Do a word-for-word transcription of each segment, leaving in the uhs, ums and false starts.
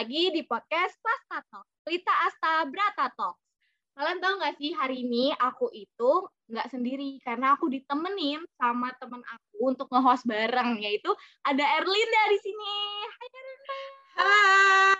lagi di podcast Pasta Talk, Lita Asta Brata Talk. Kalian tahu nggak sih, hari ini aku itu nggak sendiri, karena aku ditemenin sama temen aku untuk nge-host bareng, yaitu ada Erlinda di sini. Hai Erlinda. Hai.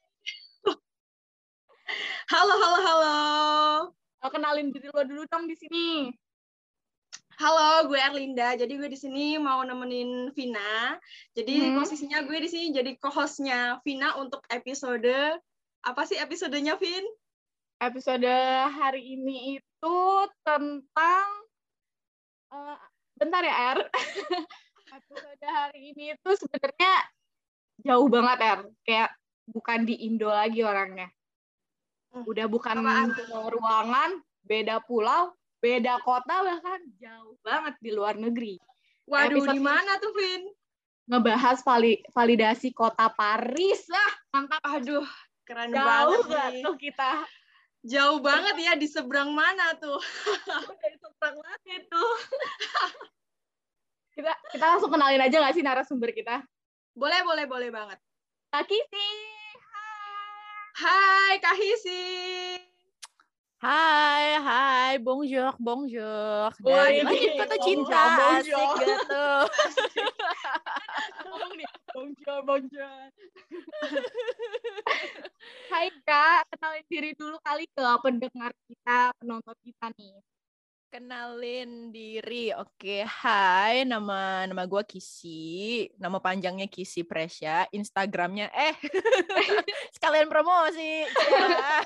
Halo, halo, halo. Oh, kenalin diri lo dulu dong di sini. Halo, gue Erlinda. Jadi gue di sini mau nemenin Vina. Jadi hmm. posisinya gue di sini jadi co-hostnya Vina untuk episode apa sih episodenya, Vin? Episode hari ini itu tentang uh, bentar ya, Er. Episode hari ini itu sebenarnya jauh banget, Er. Kayak bukan di Indo lagi orangnya. Udah bukan ruangan, beda pulau, beda kota, bahkan jauh banget di luar negeri. Waduh, di mana tuh, Vin? Ngebahas vali, validasi kota Paris. Ah, mantap. Aduh, keren jauh banget gak nih. Tuh kita. Jauh banget ya, di seberang mana tuh? Dari seberang mana tuh? kita kita langsung kenalin aja nggak sih narasumber kita? Boleh, boleh, boleh banget. Kak Kisi. Hai, Kak Hisi. Hai, hai, bonjour, bonjour. Dari langit kota cinta, asik gitu. Ngomong nih, bonjour, bonjour. Hai Kak, kenalin diri dulu kali ke pendengar kita, penonton kita nih. Kenalin diri, oke. Hai, nama nama gue Kisi, nama panjangnya Kisi Presya, Instagramnya eh sekalian promosi. Ya.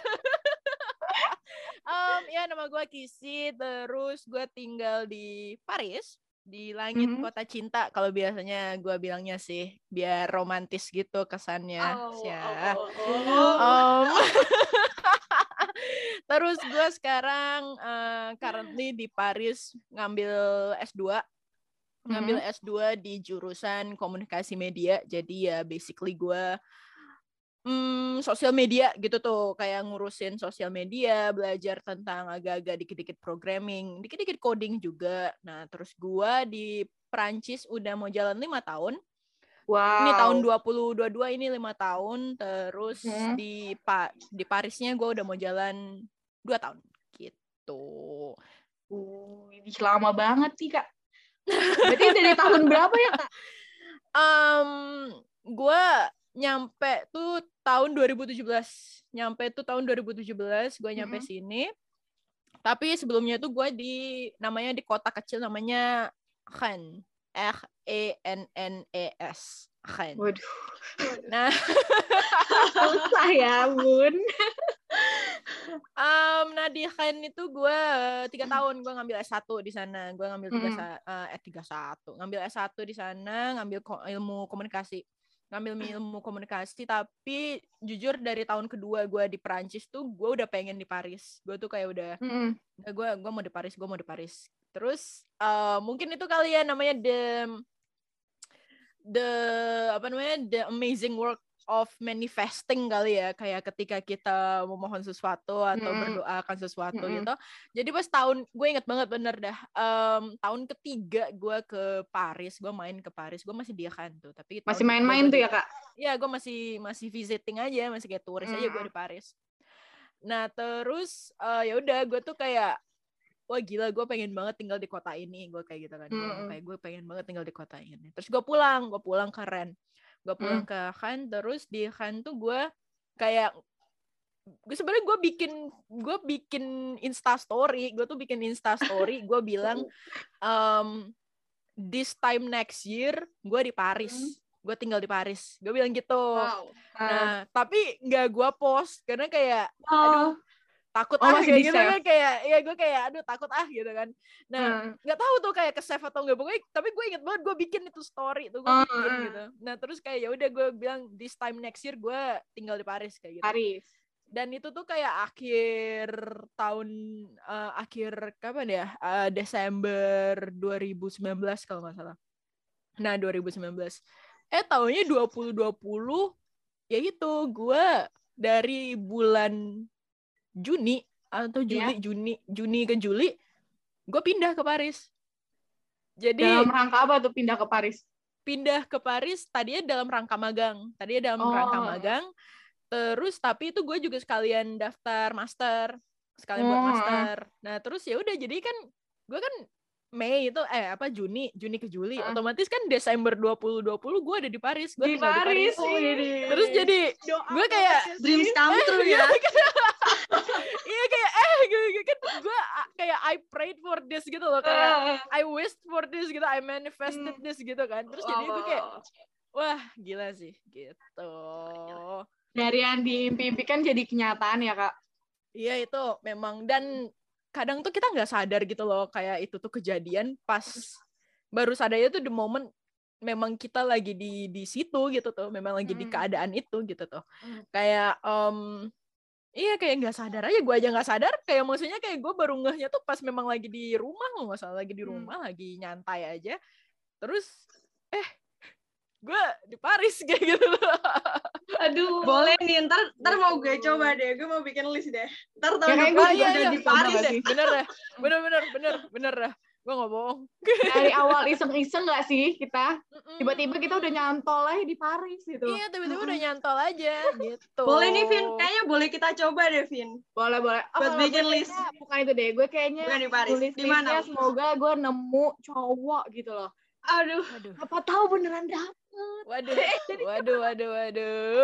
um, ya nama gue Kisi, terus gue tinggal di Paris, di langit mm-hmm. kota cinta. Kalau biasanya gue bilangnya sih, biar romantis gitu kesannya. Oh, ya. oh, oh, oh. Um, Terus gue sekarang uh, currently di Paris ngambil S dua. Ngambil mm-hmm. S dua di jurusan komunikasi media. Jadi ya basically gue hmm, sosial media gitu tuh. Kayak ngurusin sosial media, belajar tentang agak-agak dikit-dikit programming, dikit-dikit coding juga. Nah terus gue di Perancis udah mau jalan lima tahun. Wow. Ini tahun dua ribu dua puluh dua ini lima tahun. Terus hmm. di pa- di Parisnya gue udah mau jalan dua tahun gitu. Uh, ini lama banget sih Kak. Berarti dari tahun berapa ya Kak? Um, gue nyampe tuh tahun dua ribu tujuh belas. Nyampe tuh tahun dua ribu tujuh belas gue nyampe mm-hmm. sini. Tapi sebelumnya tuh gue di namanya di kota kecil namanya Rennes. R E N N E S. Rennes. Waduh. Nah, susah ya, Bun. um, nah di Rennes itu gue tiga tahun gue ngambil S satu di sana. Gue ngambil tiga mm. uh, eh tiga satu. Ngambil S satu di sana, ngambil ko- ilmu komunikasi. Ngambil ilmu komunikasi, tapi jujur dari tahun kedua gue di Perancis tuh gue udah pengen di Paris. Gue tuh kayak udah mm. gue gue mau di Paris, gue mau di Paris. Terus uh, mungkin itu kali ya namanya the the apa namanya the amazing work of manifesting kali ya, kayak ketika kita memohon sesuatu atau mm. berdoakan sesuatu mm. gitu. Jadi pas tahun gue inget banget bener dah um, tahun ketiga gue ke Paris, gue main ke Paris, gue masih di Cannes tuh, tapi masih main-main tuh ya Kak? Iya, gue masih masih visiting aja, masih kayak turis mm. aja gue di Paris. Nah terus uh, ya udah gue tuh kayak wah gila, gue pengen banget tinggal di kota ini, gue kayak gitu kan, mm. kayak gue pengen banget tinggal di kota ini. Terus gue pulang, gue pulang ke Rennes, gue pulang mm. ke Rennes, terus di Rennes tuh gue kayak, gue sebenarnya gue bikin, gue bikin Insta Story, gue tuh bikin Insta Story, gue bilang, um, this time next year gue di Paris, mm. gue tinggal di Paris, gue bilang gitu. Wow. Nah, uh. tapi nggak gue post karena kayak, oh. aduh. takut oh, ah kayak gitu kan, kayak ya gue kayak aduh takut ah gitu kan. Nah nggak hmm. tahu tuh kayak ke save atau nggak, pokoknya tapi gue inget banget gue bikin itu story tuh, gue oh, bikin uh. gitu. Nah terus kayak ya udah gue bilang this time next year gue tinggal di Paris kayak gitu. Paris. Dan itu tuh kayak akhir tahun uh, akhir kapan ya uh, Desember dua ribu sembilan belas kalau nggak salah. Nah dua ribu sembilan belas eh tahunnya dua ribu dua puluh ya itu gue dari bulan Juni atau Juli, yeah. Juni, Juni ke Juli, gue pindah ke Paris. Jadi dalam rangka apa tuh pindah ke Paris? Pindah ke Paris tadinya dalam rangka magang, tadinya dalam oh. rangka magang. Terus tapi itu gue juga sekalian daftar master, sekalian buat master. Nah terus ya udah jadi kan gue kan Mei itu eh apa Juni Juni ke Juli, uh. otomatis kan Desember dua ribu dua puluh gue ada di Paris, gue di tinggal Paris, di Paris. Oh, terus jadi gue kayak dreams come true eh, ya. Iya kayak eh gitu kan gue kayak I prayed for this gitu loh, kayak uh. I wished for this gitu, I manifested hmm. this gitu kan. Terus wow. jadi gue kayak wah gila sih gitu. Dari yang diimpi-impikan jadi kenyataan ya Kak. Iya itu memang, dan kadang tuh kita nggak sadar gitu loh kayak itu tuh kejadian pas baru sadarnya tuh the moment memang kita lagi di di situ gitu tuh, memang lagi hmm. di keadaan itu gitu tuh. Hmm. Kayak um, iya kayak nggak sadar aja, gue aja nggak sadar, kayak maksudnya kayak gue baru ngehnya tuh pas memang lagi di rumah, nggak masalah lagi di rumah hmm. lagi nyantai aja, terus eh gue di Paris kayak gitu loh. Aduh, boleh nih, ntar ntar mau gue coba deh, gue mau bikin list deh. Ntar tahun ya, depan gue iya, udah iya, di Paris deh. Bener deh, bener bener bener bener dah. Gue nggak bohong. Dari awal iseng-iseng nggak sih kita, tiba-tiba kita udah nyantol aja di Paris gitu. Iya, tiba-tiba udah nyantol aja gitu. Boleh nih Vin, kayaknya boleh kita coba deh Vin. Boleh boleh. Oh, buat bikin list. Bukan itu deh, gue kayaknya bukan di Paris. Tulis listnya semoga gue nemu cowok gitu loh. Aduh, waduh. Apa tahu beneran dapet. Waduh, waduh, waduh, waduh.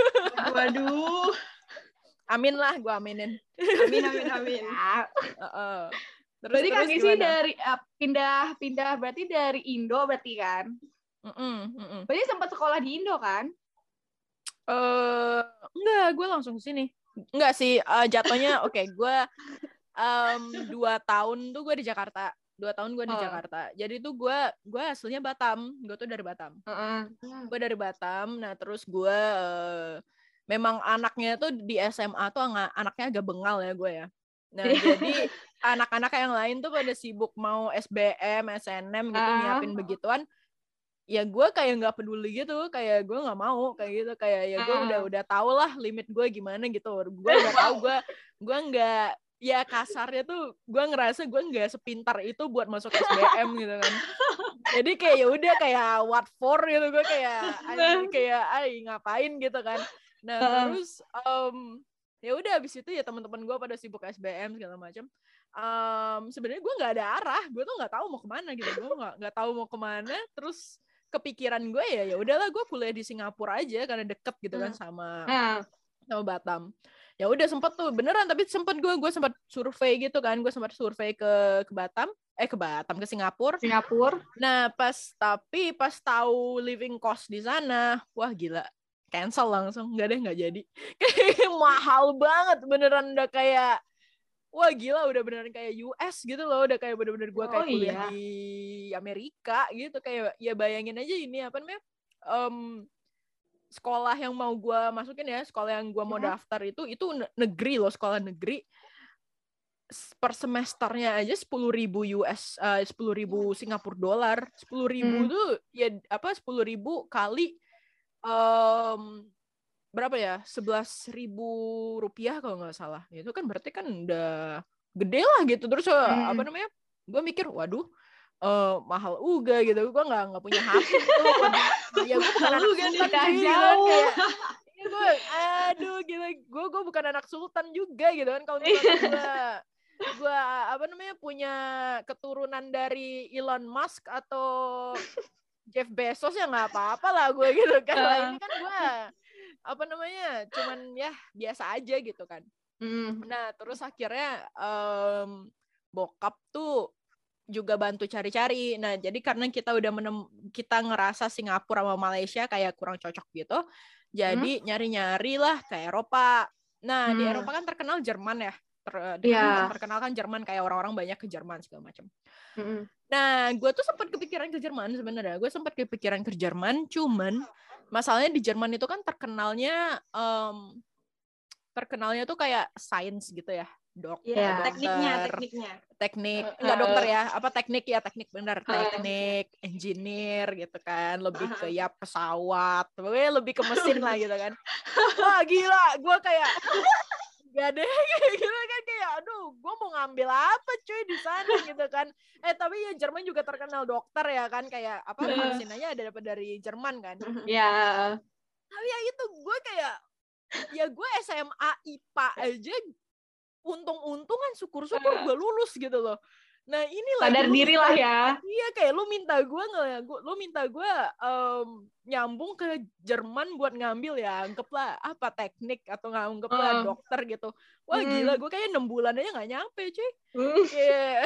Waduh. Amin lah, gue aminin. Amin, amin, amin. Ya. Uh-uh. Terus, berarti terus Kak Gisi dari uh, pindah-pindah berarti dari Indo berarti kan? Mm-mm, mm-mm. Berarti sempat sekolah di Indo kan? Eh, uh, enggak, gue langsung ke sini. Enggak sih, uh, jatuhnya oke, okay, gue um, dua tahun tuh gue di Jakarta. Dua tahun gue di oh. Jakarta. Jadi tuh gue gue aslinya Batam. Gue tuh dari Batam. Uh-uh. Gue dari Batam. Nah terus gue uh, memang anaknya tuh di S M A tuh ang- anaknya agak bengal ya gue ya. Nah jadi anak-anak yang lain tuh pada sibuk mau S B M, S N M gitu, uh. nyiapin begituan. Ya gue kayak nggak peduli gitu. Kayak gue nggak mau kayak gitu. Kayak ya gue uh. udah udah tau lah limit gue gimana gitu. Gue udah tahu gue gue nggak, ya kasarnya tuh gue ngerasa gue nggak sepintar itu buat masuk S B M gitu kan. Jadi kayak ya udah kayak what for gitu, gue kayak ay, kayak ay ngapain gitu kan. Nah terus um, ya udah abis itu ya teman-teman gue pada sibuk S B M segala macam. Um, sebenarnya gue nggak ada arah, gue tuh nggak tahu mau kemana gitu, gue nggak nggak tahu mau kemana. Terus kepikiran gue ya ya udahlah gue kuliah di Singapura aja karena deket gitu kan sama sama Batam. Ya udah sempet tuh beneran, tapi sempet gue gue sempat survei gitu kan, gue sempat survei ke ke Batam, eh ke Batam ke Singapura. Singapura. Nah pas tapi pas tahu living cost di sana, wah gila, cancel langsung, nggak deh nggak jadi. Mahal banget beneran, udah kayak wah gila, udah beneran kayak U S gitu loh, udah kayak bener-bener gue kayak oh, kuliah iya. di Amerika gitu, kayak ya bayangin aja ini apa namanya. Um, sekolah yang mau gue masukin ya, sekolah yang gue mau daftar itu itu negeri loh, sekolah negeri. Per semesternya aja sepuluh ribu U S, uh, sepuluh ribu Singapura dolar, sepuluh ribu hmm. tuh ya apa sepuluh ribu kali um, berapa ya, sebelas ribu rupiah kalau nggak salah. Itu kan berarti kan udah gede lah gitu. Terus hmm. apa namanya, gue mikir waduh Uh, mahal uga gitu, gue nggak nggak punya hati gitu. Ya gue bukan anak sultan juga kayak, ya gue, aduh gila, gue gue bukan anak sultan juga gitu kan. Kalau misalnya gue gue apa namanya punya keturunan dari Elon Musk atau Jeff Bezos ya nggak apa-apa lah gue gitu kan. Lah ini kan gue apa namanya cuman ya biasa aja gitu kan. Mm. Nah terus akhirnya um, bokap tuh juga bantu cari-cari. Nah, jadi karena kita udah menem- kita ngerasa Singapura sama Malaysia kayak kurang cocok gitu. Jadi hmm? nyari-nyari lah ke Eropa. Nah, hmm. di Eropa kan terkenal Jerman ya. Ter- yeah. Terkenal kan Jerman, kayak orang-orang banyak ke Jerman segala macam. Hmm. Nah, gue tuh sempat kepikiran ke Jerman sebenarnya. Gue sempat kepikiran ke Jerman, cuman masalahnya di Jerman itu kan terkenalnya um, terkenalnya tuh kayak sains gitu ya. Dok, ya, dokter, tekniknya, tekniknya, teknik, enggak dokter ya, apa teknik ya, teknik benar, teknik, engineer gitu kan, lebih ke ya pesawat, pokoknya lebih ke mesin lah gitu kan. Wah gila, gue kayak gak deh, gitu kan kayak, aduh, gue mau ngambil apa cuy di sana gitu kan. Eh tapi ya Jerman juga terkenal dokter ya kan, kayak apa vaksinanya ada dapat dari Jerman kan. Iya. Tapi ya itu gue kayak ya gue S M A I P A aja untung-untungan syukur-syukur gue lulus gitu loh. Nah ini sadar lagi diri lah ya. Iya kayak lu minta gue nggak, lu minta gue um, nyambung ke Jerman buat ngambil ya, anggaplah apa teknik atau anggaplah uh. dokter gitu. Wah mm. gila gue kayak enam bulan aja nggak nyampe cuy. Mm. Yeah.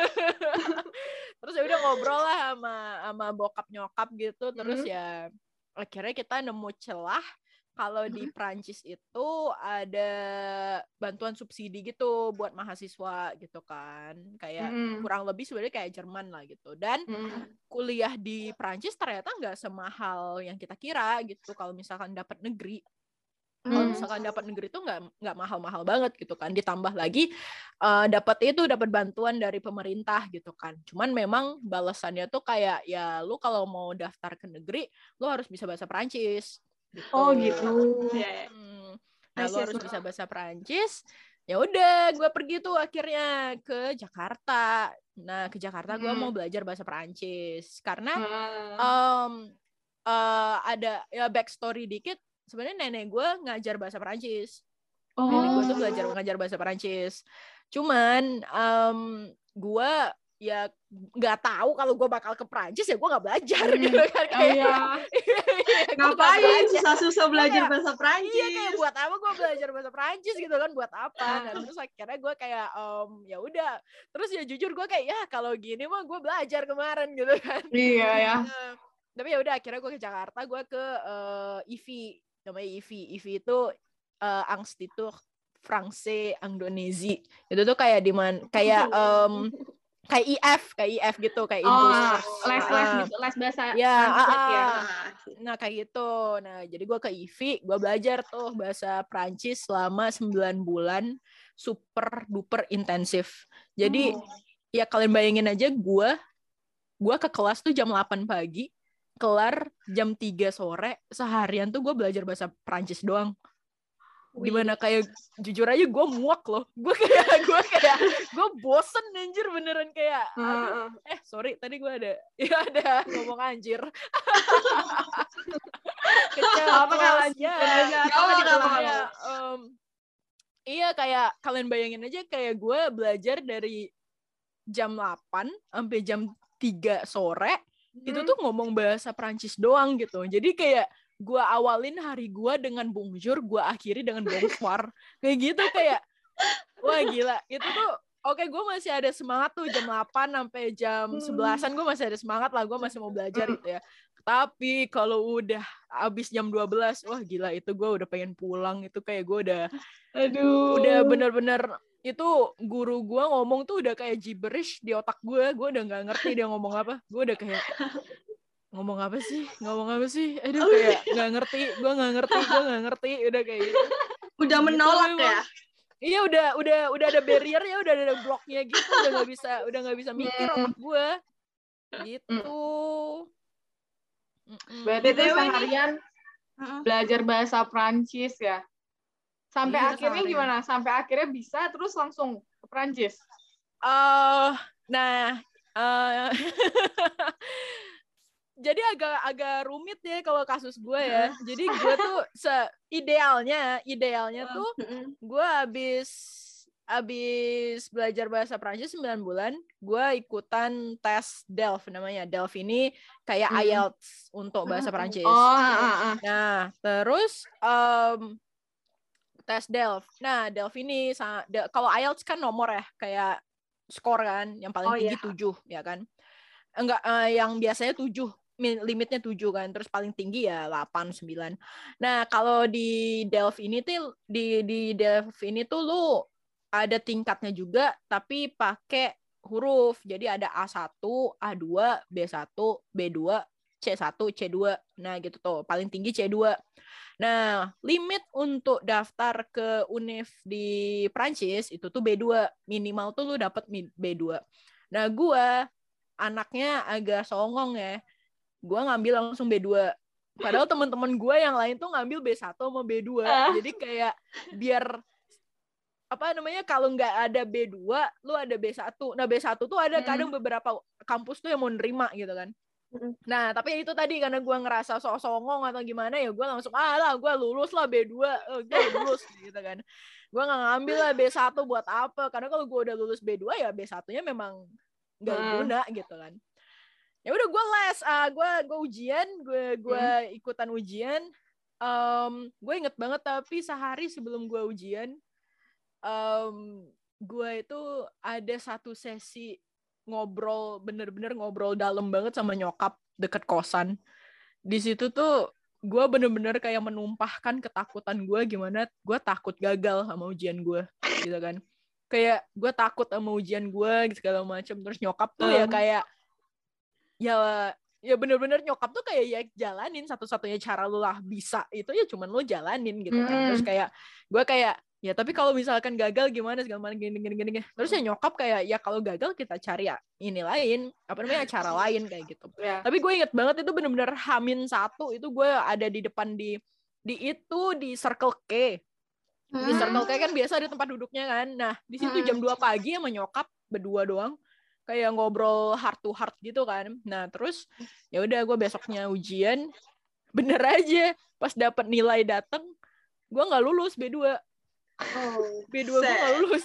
Terus ya udah ngobrol lah sama sama bokap nyokap gitu, terus mm. ya akhirnya kita nemu celah. Kalau di Prancis itu ada bantuan subsidi gitu buat mahasiswa gitu kan. Kayak mm. kurang lebih sebenarnya kayak Jerman lah gitu. Dan mm. kuliah di Prancis ternyata nggak semahal yang kita kira gitu. Kalau misalkan dapat negeri. Mm. Kalau misalkan dapat negeri itu nggak nggak mahal-mahal banget gitu kan. Ditambah lagi uh, dapat itu dapat bantuan dari pemerintah gitu kan. Cuman memang balasannya tuh kayak ya lu kalau mau daftar ke negeri, lu harus bisa bahasa Prancis. Gitu. Oh gitu. Yeah. Hmm. Nah lo harus bisa bahasa Perancis. Ya udah, gue pergi tuh akhirnya ke Jakarta. Nah ke Jakarta gue hmm. mau belajar bahasa Perancis karena hmm. um, uh, ada ya backstory dikit. Sebenarnya nenek gue ngajar bahasa Perancis. Oh. Nenek gue tuh belajar ngajar bahasa Perancis. Cuman um, gue ya nggak tahu kalau gue bakal ke Prancis ya gue nggak belajar hmm. gitu kan kayak oh, iya. Ngapain susah-susah belajar bahasa Prancis? Iya kayak buat apa gue belajar bahasa Prancis gitu kan, buat apa? Nah terus akhirnya gue kayak um, ya udah, terus ya jujur gue kayak ya kalau gini mah gue belajar kemarin gitu kan. Iya ya. Nah, tapi ya udah akhirnya gue ke Jakarta, gue ke uh, I V I, namanya I V I. I V I itu uh, Institut Français Indonésie. Itu tuh kayak di mana kayak um, kayak I F, kayak I F gitu, kayak oh, les les gitu, les bahasa ya, ah, ya. Nah kayak gitu. Nah jadi gue ke I V I, gue belajar tuh bahasa Prancis selama sembilan bulan, super duper intensif. Jadi oh. ya kalian bayangin aja gue, gue ke kelas tuh jam delapan pagi, kelar jam tiga sore, seharian tuh gue belajar bahasa Prancis doang. Dimana kayak jujur aja gue muak loh, gue kayak gue kayak gue bosen anjir beneran kayak aduh, eh sorry tadi gue ada ya ada ngomong anjir kecil kelasnya ya um, iya kayak kalian bayangin aja kayak gue belajar dari jam delapan sampai jam tiga sore hmm. itu tuh ngomong bahasa Prancis doang gitu, jadi kayak gue awalin hari gue dengan bonjour, gue akhiri dengan bonsoir. Kayak gitu kayak, wah gila. Itu tuh, oke okay, gue masih ada semangat tuh jam delapan sampai jam sebelasan gue masih ada semangat lah, gue masih mau belajar gitu ya. Tapi kalau udah abis jam dua belas, wah gila itu gue udah pengen pulang. Itu kayak gue udah, aduh, udah bener-bener, itu guru gue ngomong tuh udah kayak gibberish di otak gue. Gue udah gak ngerti dia ngomong apa. Gue udah kayak... ngomong apa sih, ngomong apa sih, aduh kayak nggak ngerti, gue nggak ngerti, gue nggak ngerti, udah kayak gitu. Udah menolak gitu, ya? Iya udah, udah, udah ada barrier ya, udah ada bloknya gitu, udah nggak bisa, udah nggak bisa mikir otak gue, gitu. Berarti tuh seharian belajar bahasa Prancis ya, sampai iya, akhirnya seharian. Gimana? Sampai akhirnya bisa terus langsung ke Prancis? Uh, nah. Uh, Jadi agak-agak rumit ya kalau kasus gue ya. Jadi gue tuh se idealnya, idealnya tuh gue abis abis belajar bahasa Prancis sembilan bulan, gue ikutan tes D E L F namanya. D E L F ini kayak I E L T S untuk bahasa Prancis. Oh, uh, uh. Nah, terus um, tes D E L F. Nah, D E L F ini kalau I E L T S kan nomor ya, kayak skor kan, yang paling oh, tinggi yeah. tujuh ya kan. Enggak, uh, yang biasanya tujuh. Limitnya tujuh kan, terus paling tinggi ya delapan, sembilan. Nah, kalau di D E L F ini tuh di di D E L F ini tuh lu ada tingkatnya juga tapi pakai huruf. Jadi ada A satu, A dua, B satu, B dua, C satu, C dua. Nah, gitu tuh. Paling tinggi C dua. Nah, limit untuk daftar ke univ di Prancis itu tuh B dua. Minimal tuh lu dapat B dua. Nah, gua anaknya agak songong ya. Gue ngambil langsung B dua. Padahal teman-teman gue yang lain tuh ngambil B satu sama B dua. Uh. Jadi kayak biar apa namanya, kalau nggak ada B dua, lu ada B satu. Nah, B satu tuh ada hmm. kadang beberapa kampus tuh yang mau nerima gitu kan. Nah, tapi itu tadi karena gue ngerasa sok songong atau gimana ya gue langsung, ah lah gue lulus lah B dua, oh, gue lulus gitu kan. Gue gak ngambil lah B satu buat apa, karena kalau gue udah lulus B dua ya B satu-nya memang gak guna gitu kan. Ya udah gue les, ah gue gue ujian, gue gue hmm. ikutan ujian. Um, gue inget banget tapi sehari sebelum gue ujian, um, gue itu ada satu sesi ngobrol, bener-bener ngobrol dalam banget sama nyokap deket kosan. Di situ tuh gue bener-bener kayak menumpahkan ketakutan gue gimana gue takut gagal sama ujian gue gitu kan. Kayak gue takut sama ujian gue segala macam. Terus nyokap tuh hmm. ya kayak ya ya bener-bener nyokap tuh kayak ya jalanin, satu-satunya cara lu lah bisa itu ya cuman lu jalanin gitu kan. Hmm. Terus kayak gue kayak ya tapi kalau misalkan gagal gimana segala macam gini gini gini. Terus ya nyokap kayak ya kalau gagal kita cari ya ini lain, apa namanya cara lain kayak gitu. Yeah. Tapi gue inget banget itu bener-bener Hamin satu itu gue ada di depan di di itu di Circle K. Hmm. Di Circle K kan biasa ada tempat duduknya kan. Nah, di situ jam dua pagi sama nyokap berdua doang kayak ngobrol heart to heart gitu kan. Nah, terus ya udah gue besoknya ujian bener aja pas dapat nilai datang gue nggak lulus B dua. Oh, B dua gue nggak lulus.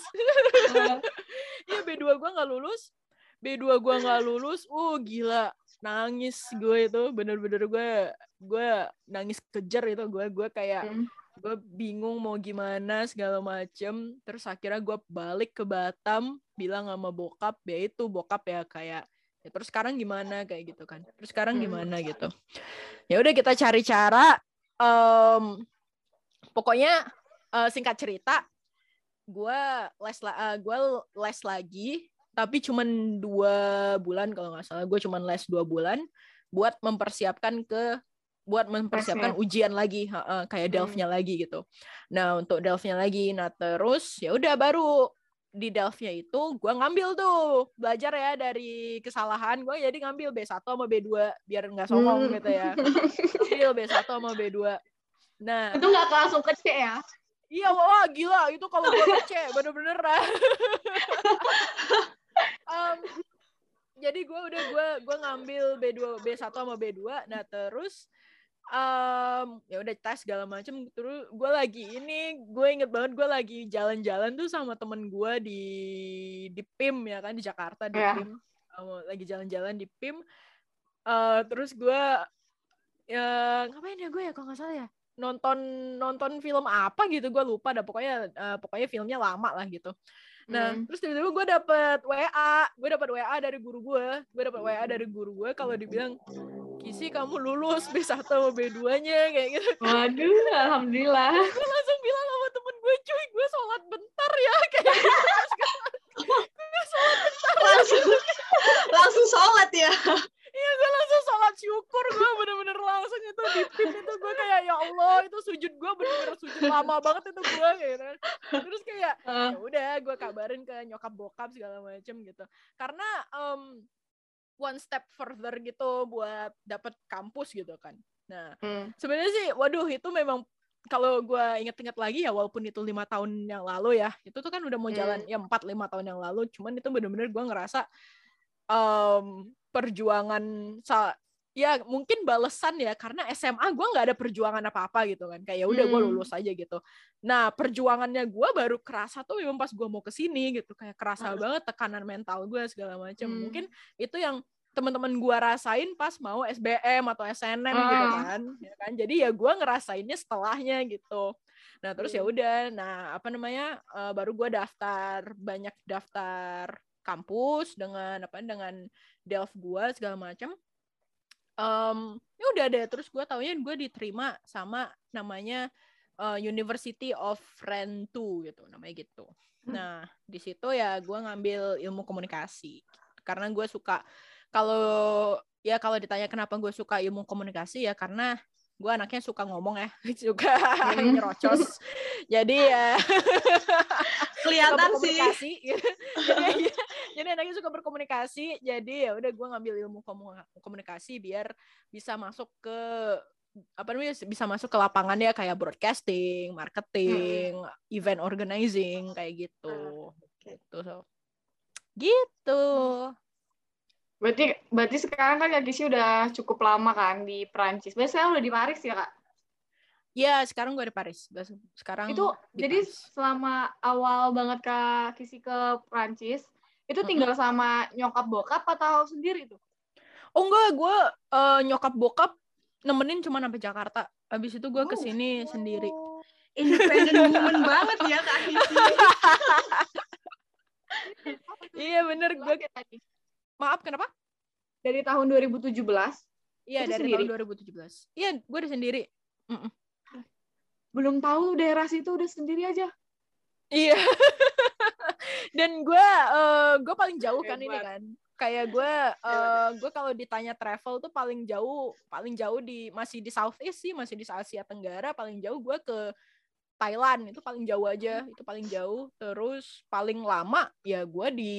Iya B dua gue nggak lulus. B dua gue nggak lulus. Uh gila, nangis gue itu bener-bener gue gue nangis kejer itu gue gue kayak hmm. gue bingung mau gimana segala macem. Terus akhirnya gue balik ke Batam bilang sama bokap ya itu bokap ya kayak ya terus sekarang gimana kayak gitu kan. Terus sekarang gimana gitu. Ya udah kita cari cara. Um, pokoknya Uh, singkat cerita, gue les uh, gue les lagi, tapi cuman dua bulan kalau nggak salah. Gue cuman les dua bulan buat mempersiapkan ke buat mempersiapkan Masih. ujian lagi, uh, uh, kayak Delft-nya hmm. lagi gitu. Nah untuk Delft-nya lagi, nah terus ya udah baru di Delft-nya itu gue ngambil tuh belajar ya dari kesalahan gue, jadi ngambil B satu sama B dua biar nggak songong hmm. gitu ya. Ngambil B satu sama B dua. Nah itu nggak langsung ke C ya? Iya, wah gila itu kalau gue kece bener-bener lah. um, jadi gue udah gue gue ngambil B dua B satu sama B dua. Nah terus um, ya udah tes segala macem. Terus gue lagi ini gue inget banget gue lagi jalan-jalan tuh sama temen gue di di P I M ya kan di Jakarta di yeah. P I M. Um, lagi jalan-jalan di P I M. Uh, terus gue ya ngapain ya gue ya kalau nggak salah ya. nonton nonton film apa gitu gue lupa dah pokoknya uh, pokoknya filmnya lama lah gitu. Nah hmm. terus tiba-tiba gue dapet W A gue dapet W A dari guru gue gue dapet W A dari guru gue kalau dibilang Kisi kamu lulus B satu sama B dua-nya kayak gitu. Waduh, alhamdulillah. Gue langsung bilang sama temen gue, cuy gue sholat bentar ya kayak gitu. Gue sholat bentar langsung langsung sholat ya. Iya gue langsung sholat syukur, gue bener-bener langsung itu di P I M itu gue kayak ya Allah itu sujud gue bener-bener sujud lama banget itu gue gitu. Terus kayak uh. ya udah gue kabarin ke nyokap bokap segala macem gitu. Karena um, one step further gitu buat dapet kampus gitu kan. Nah hmm. sebenarnya sih waduh itu memang kalau gue inget-inget lagi ya walaupun itu lima tahun yang lalu ya itu tuh kan udah mau jalan hmm. ya empat lima tahun yang lalu, cuman itu bener-bener gue ngerasa um, perjuangan ya mungkin balesan ya karena S M A gue nggak ada perjuangan apa-apa gitu kan kayak udah hmm. gue lulus aja gitu. Nah perjuangannya gue baru kerasa tuh memang pas gue mau kesini gitu kayak kerasa hmm. banget tekanan mental gue segala macam. Hmm. Mungkin itu yang teman-teman gue rasain pas mau S B M atau S N M hmm. gitu kan, ya kan. Jadi ya gue ngerasainnya setelahnya gitu. Nah terus hmm. ya udah, nah apa namanya uh, baru gue daftar banyak daftar kampus dengan apa dengan Delft gue segala macam. Um, ya udah deh terus gue taunya gue diterima sama namanya uh, University of Rennes gitu namanya gitu. Nah di situ ya gue ngambil ilmu komunikasi karena gue suka kalau ya kalau ditanya kenapa gue suka ilmu komunikasi ya karena gue anaknya suka ngomong ya, suka hmm. nyerocos. Jadi ya kelihatan sih. jadi, jadi anaknya suka berkomunikasi. Jadi ya udah gue ngambil ilmu komunikasi biar bisa masuk ke apa namanya bisa masuk ke lapangan ya kayak broadcasting, marketing, hmm. event organizing kayak gitu. Hmm. Gitu. So. Gitu. Berarti berarti sekarang kan Kak Gisy udah cukup lama kan di Perancis. Berarti sekarang udah di Paris ya, Kak? Iya, sekarang gue di Paris. Sekarang itu di jadi Paris. selama awal banget Kak Gisy ke Perancis, itu tinggal mm-hmm. sama nyokap bokap atau sendiri tuh? Oh enggak, gue uh, nyokap bokap nemenin cuma sampai Jakarta. Abis itu gue oh. kesini oh. sendiri. Independent woman banget ya Kak Gisy. Iya bener, gue tadi. Maaf, kenapa? Dari tahun dua ribu tujuh belas? Iya, dari sendiri? tahun dua ribu tujuh belas. Iya, gue udah sendiri. Mm-mm. Belum tahu daerah situ udah sendiri aja. Iya. Dan gue uh, gue paling jauh kan ini kan. Kayak gue uh, gue kalau ditanya travel tuh paling jauh, paling jauh di masih di Southeast sih, masih di Asia Tenggara, paling jauh gue ke Thailand, itu paling jauh aja, itu paling jauh. Terus paling lama ya gue di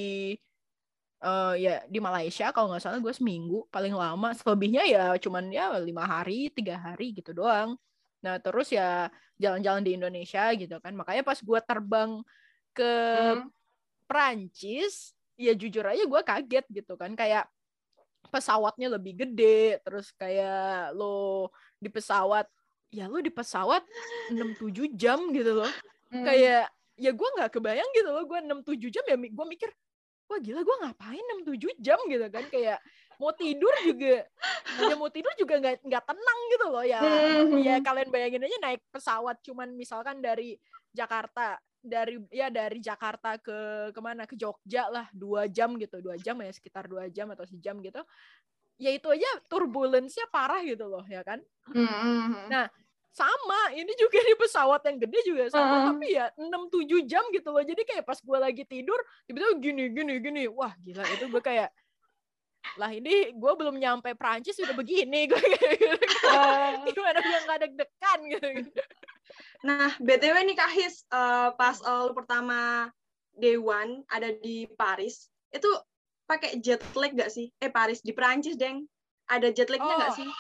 Uh, ya di Malaysia kalau nggak salah gue seminggu paling lama, selebihnya ya cuman ya lima hari tiga hari gitu doang. Nah terus ya jalan-jalan di Indonesia gitu kan. Makanya pas gue terbang ke hmm. Perancis ya jujur aja gue kaget gitu kan, kayak pesawatnya lebih gede, terus kayak lo di pesawat ya lo di pesawat enam tujuh jam gitu loh. hmm. Kayak ya gue nggak kebayang gitu loh, gue enam tujuh jam ya gue mikir wah gila gue ngapain enam tujuh jam gitu kan, kayak mau tidur juga ya mau tidur juga nggak nggak tenang gitu loh ya. Ya kalian bayangin aja naik pesawat cuman misalkan dari Jakarta dari ya dari Jakarta ke kemana ke Jogja lah dua jam gitu, dua jam ya sekitar dua jam atau sejam gitu, ya itu aja turbulence-nya parah gitu loh ya kan. Nah sama, ini juga di pesawat yang gede juga sama, uh. tapi ya enam tujuh jam gitu loh. Jadi kayak pas gue lagi tidur, tiba-tiba gini, gini, gini. Wah gila, itu gue kayak, lah ini gue belum nyampe Perancis udah begini. Gue kayak, uh. gimana gue gak deg-degan gitu. Nah, B T W nih Kak His, uh, pas uh, lu pertama day one ada di Paris, itu pakai jet lag gak sih? Eh, Paris, di Perancis, Deng. Ada jet lag-nya oh. gak sih?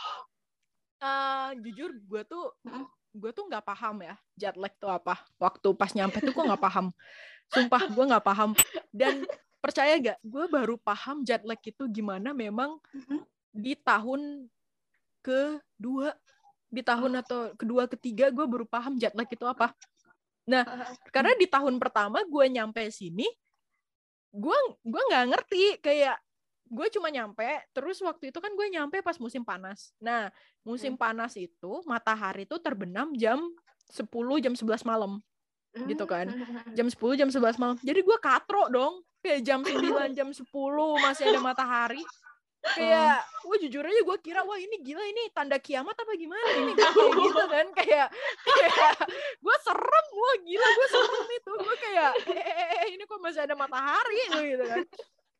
Uh, jujur gue tuh gue tuh nggak paham ya jet lag tuh apa. Waktu pas nyampe tuh gue nggak paham, sumpah gue nggak paham. Dan percaya gak, gue baru paham jet lag itu gimana memang di tahun kedua di tahun atau kedua ketiga gue baru paham jet lag itu apa. Nah karena di tahun pertama gue nyampe sini gue gue nggak ngerti, kayak gue cuma nyampe, terus waktu itu kan gue nyampe pas musim panas. Nah, musim hmm. panas itu matahari tuh terbenam jam sepuluh, jam sebelas malam. Gitu kan. Jam sepuluh, jam sebelas malam. Jadi gue katro dong. Kayak jam sembilan, jam sepuluh masih ada matahari. Kayak, wah jujur aja gue kira, wah ini gila, ini tanda kiamat apa gimana ini? Kayak gitu kan. Kayak, kayak gue serem, wah gila gue serem itu. Gue kayak, eh ini kok masih ada matahari gitu kan.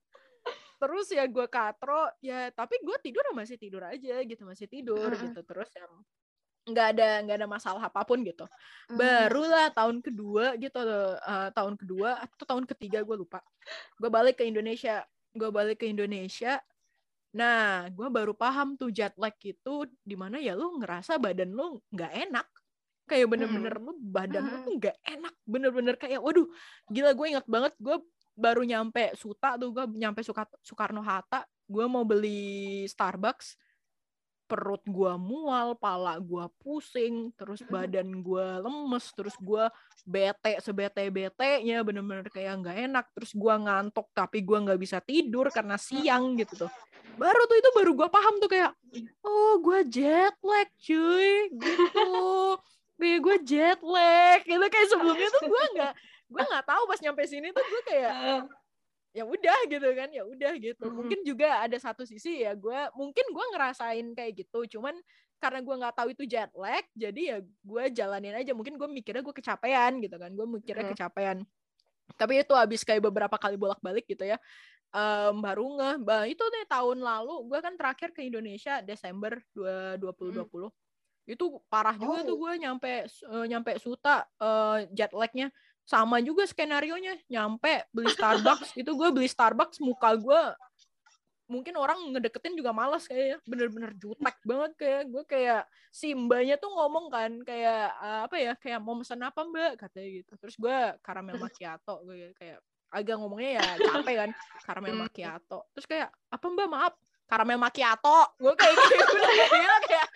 Terus ya gue katro ya, tapi gue tidur masih tidur aja gitu, masih tidur uh-huh. gitu. Terus yang nggak ada nggak ada masalah apapun gitu. Uh-huh. Barulah tahun kedua gitu, uh, tahun kedua atau tahun ketiga gue lupa. Gue balik ke Indonesia, gue balik ke Indonesia. Nah, gue baru paham tuh jet lag itu di mana ya lu ngerasa badan lu nggak enak. Kayak bener-bener lu badan uh-huh. lu tuh nggak enak, bener-bener kayak waduh gila. Gue ingat banget gue baru nyampe Suta tuh, gue nyampe Soekarno-Hatta, gue mau beli Starbucks, perut gue mual, pala gue pusing, terus badan gue lemes, terus gue bete sebete-betenya, bener-bener kayak nggak enak, terus gue ngantuk tapi gue nggak bisa tidur karena siang gitu tuh. Baru tuh itu baru gue paham tuh kayak, oh gue jet lag cuy, gitu, kayak gue jet lag, gitu. Kayak sebelumnya tuh gue nggak gue nggak tahu, pas nyampe sini tuh gue kayak ya udah gitu kan, ya udah gitu. Mm-hmm. Mungkin juga ada satu sisi ya gue mungkin gue ngerasain kayak gitu, cuman karena gue nggak tahu itu jet lag, jadi ya gue jalanin aja. Mungkin gue mikirnya gue kecapean gitu kan, gue mikirnya mm-hmm. kecapean. Tapi itu habis kayak beberapa kali bolak-balik gitu ya, um, baru ngeh. Bah itu nih tahun lalu gue kan terakhir ke Indonesia Desember dua ribu dua puluh. Mm-hmm. Itu parah juga oh. tuh gue nyampe uh, nyampe Suta, uh, jet lagnya. Sama juga skenarionya, nyampe beli Starbucks, itu gue beli Starbucks, muka gue mungkin orang ngedeketin juga malas, kayak bener-bener jutek banget. Kayak gue kayak si mbaknya tuh ngomong kan kayak uh, apa ya, kayak mau pesan apa mbak katanya gitu. Terus gue karamel macchiato, gue kayak agak ngomongnya ya capek kan, caramel macchiato. Terus kayak, apa mbak maaf, caramel macchiato. Gue kayak gitu, gila kayak.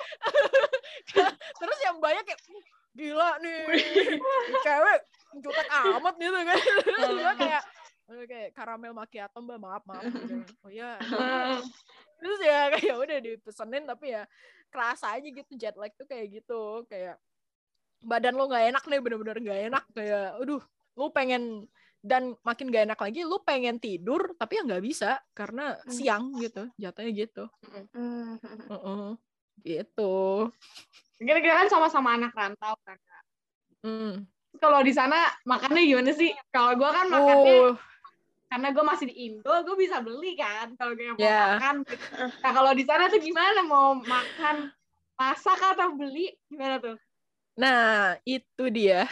Terus yang banyak kayak, gila nih, cewek jutek amat gitu kan. Terus gue kayak, kayak caramel macchiato mbak maaf maaf gitu. Oh iya. Terus ya kayak udah dipesenin, tapi ya kerasa aja gitu jet lag tuh kayak gitu, kayak badan lo nggak enak nih, bener-bener nggak enak, kayak aduh lo pengen, dan makin gak enak lagi lu pengen tidur tapi ya nggak bisa karena siang gitu, jatuhnya gitu. uh-uh. Gitu. Kira-kira kan sama-sama anak rantau kan Kak. Mm. Kalau di sana makannya gimana sih? Kalau gue kan makannya uh. karena gue masih di Indo, gue bisa beli kan kalau gue mau yeah. makan gitu. Nah kalau di sana tuh gimana, mau makan masak atau beli, gimana tuh? Nah, itu dia.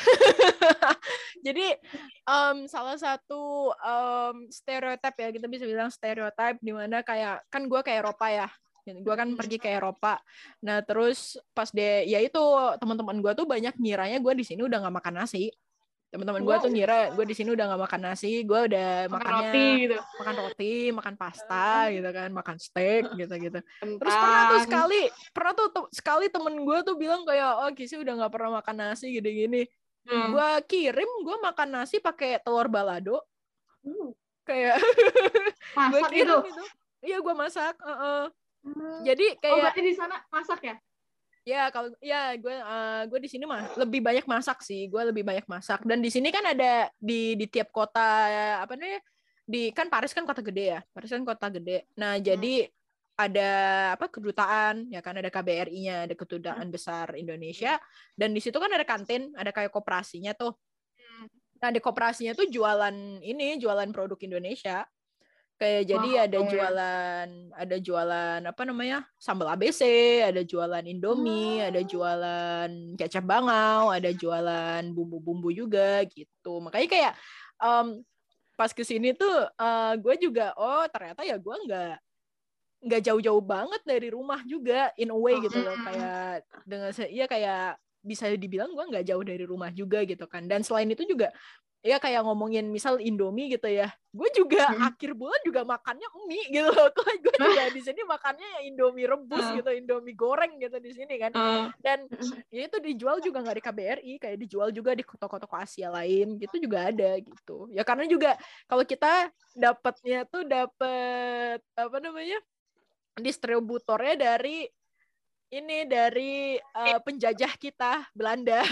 Jadi, um, salah satu um, stereotip ya, kita bisa bilang stereotip, di mana kayak, kan gue ke Eropa ya. Gue kan pergi ke Eropa. Nah, terus pas deh, ya itu, teman-teman gue tuh banyak ngiranya gue di sini udah gak makan nasi. Teman-teman gue tuh ngira gue di sini udah gak makan nasi, gue udah makan makannya roti gitu. makan roti, makan pasta gitu kan, makan steak gitu-gitu. Terus pernah tuh sekali, pernah tuh te- sekali temen gue tuh bilang kayak, oh Kisi udah gak pernah makan nasi gini-gini. Hmm. Gue kirim, gue makan nasi pakai telur balado. Hmm. Kayak gue kirim itu. Iya gue masak. Uh-uh. Hmm. Jadi kayak. Oh berarti di sana masak ya? Ya kalau ya gue uh, gue di sini mah lebih banyak masak sih, gue lebih banyak masak. Dan di sini kan ada di di tiap kota apa namanya, di kan Paris kan kota gede ya, Paris kan kota gede. Nah jadi hmm. ada apa kedutaan ya kan, ada K B R I-nya, ada kedutaan hmm. besar Indonesia, dan di situ kan ada kantin, ada kayak koperasinya tuh. Nah di koperasinya tuh jualan ini, jualan produk Indonesia. Kayak jadi wow, ada oh jualan, ya. ada jualan apa namanya, sambal A B C, ada jualan Indomie, oh. ada jualan kecap bangau, ada jualan bumbu-bumbu juga gitu. Makanya kayak um, pas kesini tuh uh, gue juga, oh ternyata ya gue nggak nggak jauh-jauh banget dari rumah juga, in a way gitu loh. Kayak dengan iya kayak bisa dibilang gue nggak jauh dari rumah juga gitu kan. Dan selain itu juga ya kayak ngomongin misal Indomie gitu ya, gue juga hmm. akhir bulan juga makannya mie gitu loh. Gue juga di sini makannya ya Indomie rebus uh. gitu, Indomie goreng gitu di sini kan. Uh. Dan ya itu dijual juga nggak di K B R I, kayak dijual juga di toko-toko Asia lain gitu juga ada gitu. Ya karena juga kalau kita dapatnya tuh dapat apa namanya, distributornya dari ini, dari uh, penjajah kita Belanda.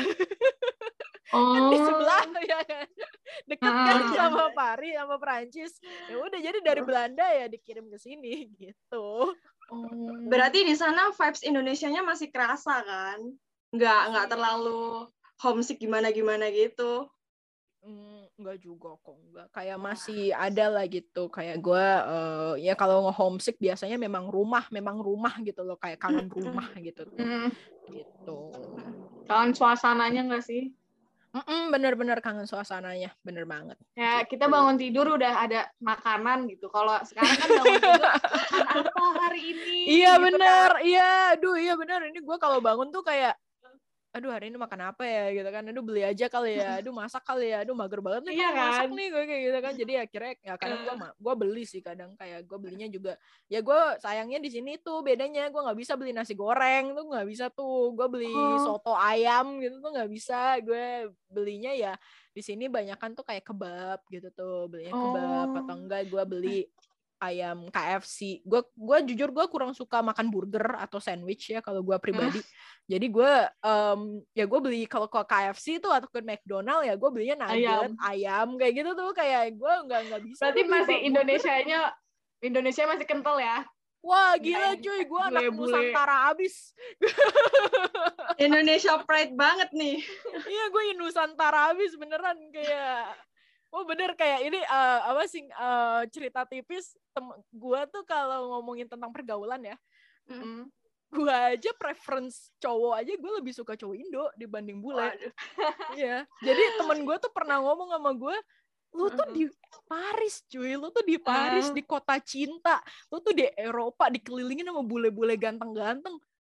Oh. Kan di sebelah ya kan, deket ah, kan sama Paris sama Perancis. Ya udah jadi dari Belanda ya dikirim ke sini gitu. Oh. Berarti di sana vibes Indonesianya masih kerasa kan? Nggak nggak terlalu homesick gimana gimana gitu? Hmm, enggak juga kok, enggak. Kayak masih ada lah gitu. Kayak gue uh, ya kalau homesick biasanya memang rumah, memang rumah gitu loh, kayak kangen rumah gitu tuh. Mm. Gitu. Kangen suasananya nggak sih? Mm-mm, bener-bener kangen suasananya, bener banget. Ya gitu. Kita bangun tidur udah ada makanan gitu. Kalau sekarang kan bangun tidur makan apa hari ini? Iya gitu bener, kan. iya, aduh iya bener. Ini gue kalau bangun tuh kayak, aduh hari ini makan apa ya gitu kan, aduh beli aja kali ya, aduh masak kali ya, aduh mager banget nih iya kalau kan? masak nih gue kayak gitu kan. Jadi akhirnya ya kadang gue gue beli sih, kadang kayak gue belinya juga ya, gue sayangnya di sini tuh bedanya gue nggak bisa beli nasi goreng tuh, nggak bisa tuh gue beli oh. soto ayam gitu tuh nggak bisa. Gue belinya ya di sini banyakan tuh kayak kebab gitu tuh, belinya kebab oh. atau enggak gue beli ayam K F C. Gue gue jujur gue kurang suka makan burger atau sandwich ya kalau gue pribadi. Uh. Jadi gue um, ya gue beli kalau ke K F C tuh atau ke McDonald ya gue belinya nugget, ayam, ayam kayak gitu tuh, kayak gue nggak nggak bisa. Berarti masih Indonesianya Indonesia masih kental ya? Wah gila cuy, gue anak Nusantara abis. Indonesia pride banget nih. Iya gue Nusantara abis beneran, kayak oh bener kayak ini uh, apa sih uh, cerita tipis tem- gue tuh kalau ngomongin tentang pergaulan ya, mm. gue aja preference cowok aja gue lebih suka cowok Indo dibanding bule. Iya. Jadi temen gue tuh pernah ngomong sama gue, lu tuh di Paris cuy, lu tuh di Paris, uh. di kota cinta, lu tuh di Eropa dikelilingin sama bule-bule ganteng-ganteng,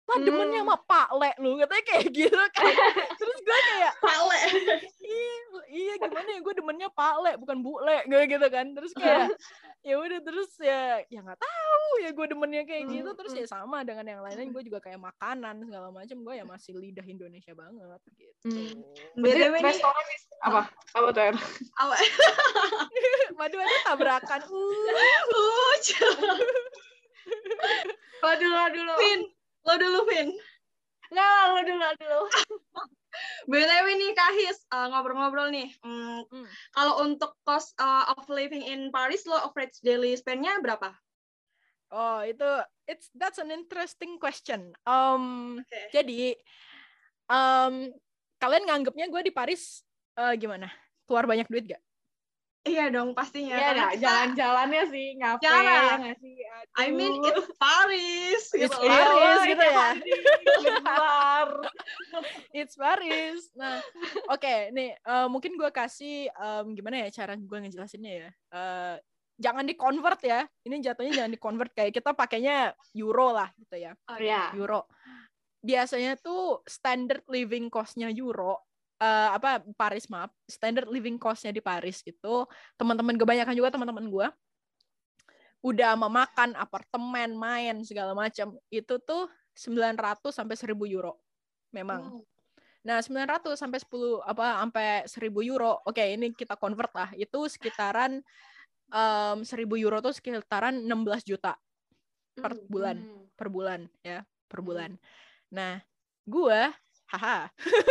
lah demennya sama Pak Le lu, katanya kayak gitu kan. Terus gue kayak Pak Le. iya, iya gimana ya, gue demennya Pak Le bukan Bu Le gitu kan. Terus kayak ya udah, terus ya ya nggak tahu ya gue demennya kayak gitu. Terus ya sama dengan yang lain-lain, gue juga kayak makanan segala macam, gue ya masih lidah Indonesia banget gitu. B T W nih restoran apa apa tuh? awal Waduh, ada tabrakan. Uh. uh Lo dulu, lo dulu. Vin, lo dulu Vin. Nggak, lo dulu, lo dulu. B T W nih Kahis, uh, ngobrol-ngobrol nih. Hmm, Hmm. Kalau untuk cost uh, of living in Paris, lo average daily spend-nya berapa? Oh, itu it's that's an interesting question. Um, Okay. Jadi um, kalian nganggapnya gue di Paris uh, gimana? Keluar banyak duit gak? Iya dong pastinya. Iya, karena nah, kita- jalan-jalannya sih ngapain Jalan. ya nggak sih? I mean it's Paris. It's gitu. Paris. Iya, gitu tiap ya. hari keluar. It's Paris. Nah, oke, okay, nih uh, mungkin gue kasih um, gimana ya cara gue ngejelasinnya ya. Uh, jangan di convert ya. Ini jatuhnya jangan di convert, kayak kita pakainya euro lah gitu ya. Oh ya. Euro. Biasanya tuh standard living cost-nya euro. Uh, apa Paris maaf, standard living cost-nya di Paris itu, teman-teman kebanyakan juga teman-teman gue udah memakan apartemen, main segala macam, itu tuh sembilan ratus sampai seribu euro memang. Oh. Nah, sembilan ratus sampai sepuluh apa sampai seribu euro. Oke, ini kita convert lah. Itu sekitaran um, seribu euro tuh sekitaran enam belas juta per bulan, Hmm. per bulan ya, per bulan. Nah, gue haha.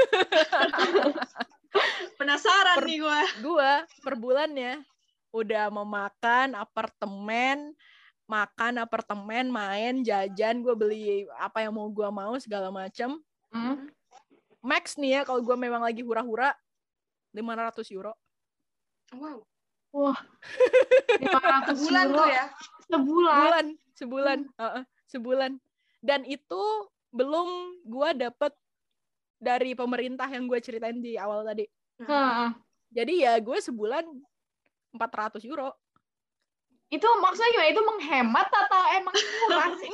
Penasaran Per, nih gue. gue per bulannya udah memakan apartemen, makan apartemen, main, jajan, gue beli apa yang mau gue mau segala macam. Hmm. Max nih ya kalau gue memang lagi hura-hura lima ratus euro. Wow. Wah. lima ratus Sebulan euro tuh ya. sebulan. Sebulan, sebulan, hmm. uh-uh, sebulan. Dan itu belum gue dapet dari pemerintah yang gue ceritain di awal tadi. Heeh. Jadi ya gue sebulan empat ratus euro. Itu maksudnya gimana? Itu menghemat atau emang murah sih?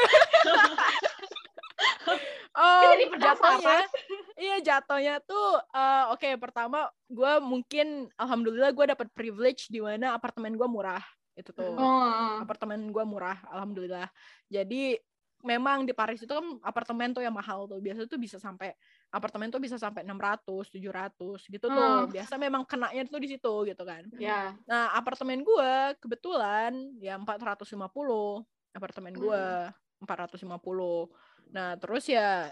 Oh, Jadi pendapatan. jatuhnya, iya jatuhnya tuh, uh, oke okay, pertama gue mungkin, alhamdulillah gue dapet privilege di mana apartemen gue murah. Itu tuh, Oh. apartemen gue murah, alhamdulillah. Jadi memang di Paris itu kan apartemen tuh yang mahal tuh, biasa tuh bisa sampai apartemen tuh bisa sampai enam ratus, tujuh ratus gitu tuh. Hmm. Biasa memang kenanya tuh di situ gitu kan. Ya. Nah, apartemen gue kebetulan ya empat ratus lima puluh. Apartemen gue empat ratus lima puluh. Nah, terus ya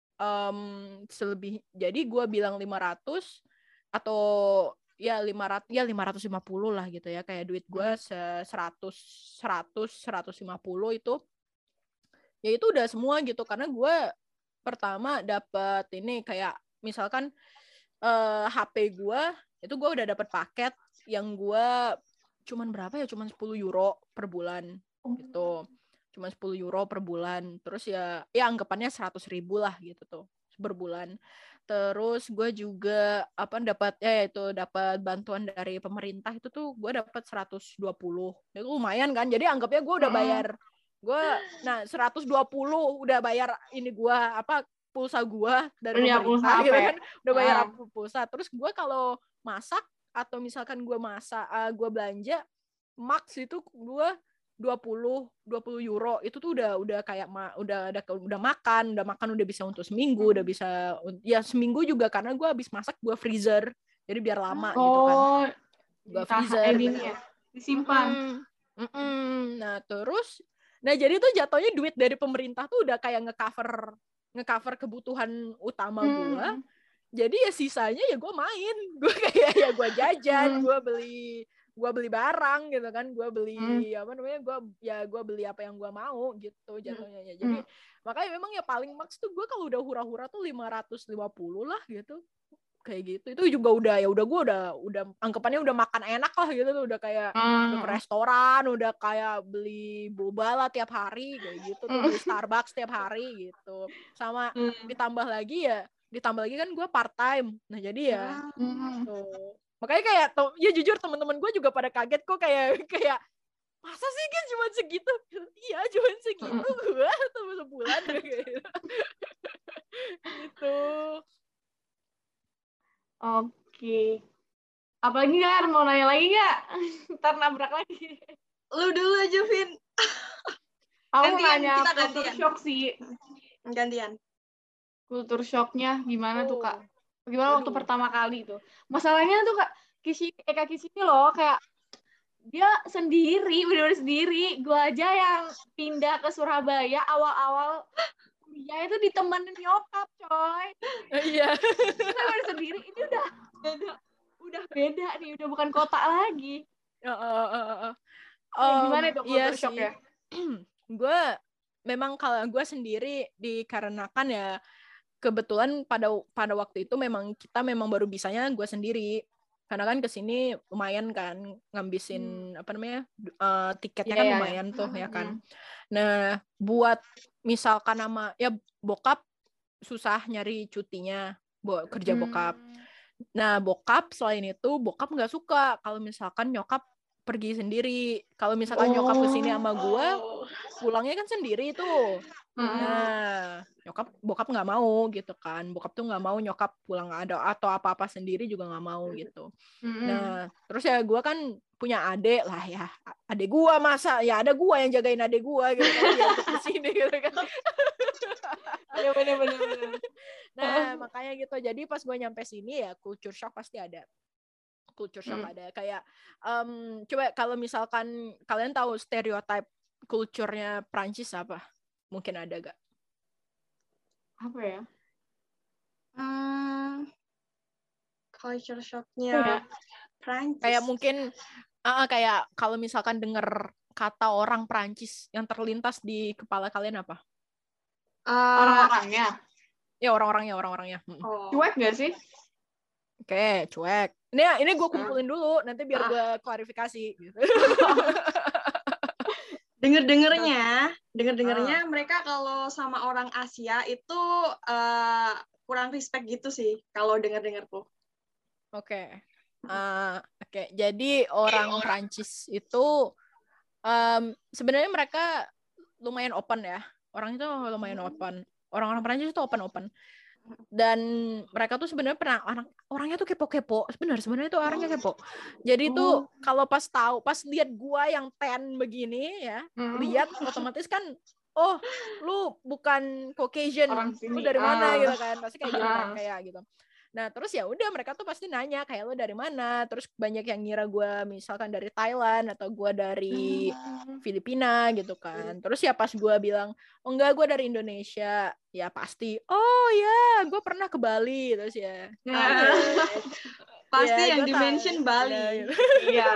um, selebih, jadi gue bilang lima ratus atau ya lima ratus ya lima ratus lima puluh lah gitu ya, kayak duit gue seratus seratus seratus lima puluh itu ya itu udah semua gitu, karena gue pertama dapet ini kayak misalkan uh, H P gue itu gue udah dapet paket yang gue cuman berapa ya, cuman sepuluh euro per bulan gitu, cuma sepuluh euro per bulan. Terus ya ya anggapannya seratus ribu lah gitu tuh per bulan. Terus gue juga apa dapat ya itu dapat bantuan dari pemerintah, itu tuh gue dapat seratus dua puluh. Itu lumayan kan, jadi anggapnya gue udah bayar gue nah seratus dua puluh udah bayar ini gue apa pulsa gue dari Ya, pemerintah pulsa gitu ya? kan, udah bayar Ah. pulsa. Terus gue kalau masak atau misalkan gue masak uh, gue belanja max itu gue dua puluh euro, itu tuh udah udah kayak ma, udah ada udah makan, udah makan udah bisa untuk seminggu, udah bisa ya seminggu juga karena gue habis masak gue freezer. Jadi biar lama Oh, gitu kan. Gue ditahan- freezer. ini nih ya, disimpan. Mm-mm. Mm-mm. Nah, terus nah jadi tuh jatuhnya duit dari pemerintah tuh udah kayak ngecover ngecover kebutuhan utama gue. Hmm. Jadi ya sisanya ya gue main, gue kayak ya gue jajan, Hmm. gue beli gue beli barang gitu kan, gue beli Hmm. apa namanya, gue ya gue beli apa yang gue mau gitu jatuhnya ya. Jadi Hmm. makanya memang ya paling max tuh gue kalau udah hura-hura tuh lima ratus lima puluh lah gitu, kayak gitu. Itu juga udah ya udah gue udah udah anggapannya udah makan enak lah gitu tuh, udah kayak udah ke Hmm. restoran, udah kayak beli boba lah tiap hari kayak gitu tuh, beli Starbucks tiap hari gitu. Sama Hmm. ditambah lagi ya ditambah lagi kan gue part time, nah jadi ya Hmm. tuh makanya kayak ya jujur teman-teman gue juga pada kaget kok, kayak kayak masa sih kan cuma segitu? Iya cuma segitu gue sama sebulan kayak gitu. Oke. Apalagi kan mau nanya lagi nggak? Ntar nabrak lagi. Lu dulu aja, Vin. Aku Gantian, nanya kita kultur gantian. shock sih. Gantian. Kultur shocknya gimana Oh. tuh Kak? Gimana waktu Waduh. pertama kali tuh? Masalahnya tuh Kak Kisi, eh Kak Kisi ini loh kayak dia sendiri, bener-bener sendiri. Gua aja yang pindah ke Surabaya awal-awal kuliah itu ditemenin nyokap, coy. Iya. Kita bener sendiri. Ini udah beda, udah beda nih, udah bukan kota lagi. Uh, uh, uh, uh. Kayak gimana Um, itu iya culture shock sih. ya? Gue memang kalau gue sendiri dikarenakan ya kebetulan pada pada waktu itu memang kita memang baru bisanya gue sendiri karena kan kesini lumayan kan ngambisin hmm. apa namanya uh, tiketnya yeah, kan yeah, lumayan yeah. tuh hmm. ya kan. Nah buat misalkan nama ya bokap susah nyari cutinya bo- kerja bokap. Hmm. Nah bokap selain itu bokap nggak suka kalau misalkan nyokap pergi sendiri. Kalau misalkan oh. nyokap kesini sama gue, pulangnya kan sendiri tuh. Hmm. Nah, nyokap, bokap nggak mau gitu kan. Bokap tuh nggak mau nyokap pulang ada atau apa-apa sendiri juga nggak mau gitu. Hmm. Nah, terus ya gue kan punya adik lah ya. Adik gue masa ya ada gue yang jagain adik gue gitu kan dia ikut kesini gitu kan. Ya bener-bener. Nah, makanya gitu. Jadi pas gue nyampe sini ya culture shock pasti ada. Culture shock hmm. ada kayak um, coba kalau misalkan kalian tahu stereotype culture-nya Prancis apa? Mungkin ada gak? Apa ya? Hmm, culture shock-nya ya. Prancis. Kayak mungkin uh, kayak kalau misalkan denger kata orang Prancis yang terlintas di kepala kalian apa? Uh, orang-orangnya. Ya orang-orangnya, orang-orangnya. Oh. Cuek gak sih? Oke, okay, cuek. Ini ini gue kumpulin dulu, nanti biar gue klarifikasi. Gitu. Denger-dengernya, denger-dengernya ah. mereka kalau sama orang Asia itu uh, kurang respect gitu sih, kalau denger-dengerku. Oke, okay. uh, oke. Okay. Jadi orang Prancis itu um, sebenarnya mereka lumayan open ya. Orang itu lumayan open. Orang-orang Prancis itu open-open. Dan mereka tuh sebenarnya pernah orang orangnya tuh kepo-kepo sebenarnya sebenarnya tuh orangnya kepo jadi oh. tuh kalau pas tahu pas lihat gua yang tan begini ya mm. lihat otomatis kan oh lu bukan Caucasian lu dari mana uh. gitu kan pasti kayak gitu kan kayak gitu. Nah terus ya udah mereka tuh pasti nanya kayak lu dari mana, terus banyak yang ngira gue misalkan dari Thailand atau gue dari hmm. Filipina gitu kan. Terus ya pas gue bilang oh enggak gue dari Indonesia, ya pasti oh ya gue pernah ke Bali terus ya. Nah. Pasti ya, yang dimention Bali. Iya.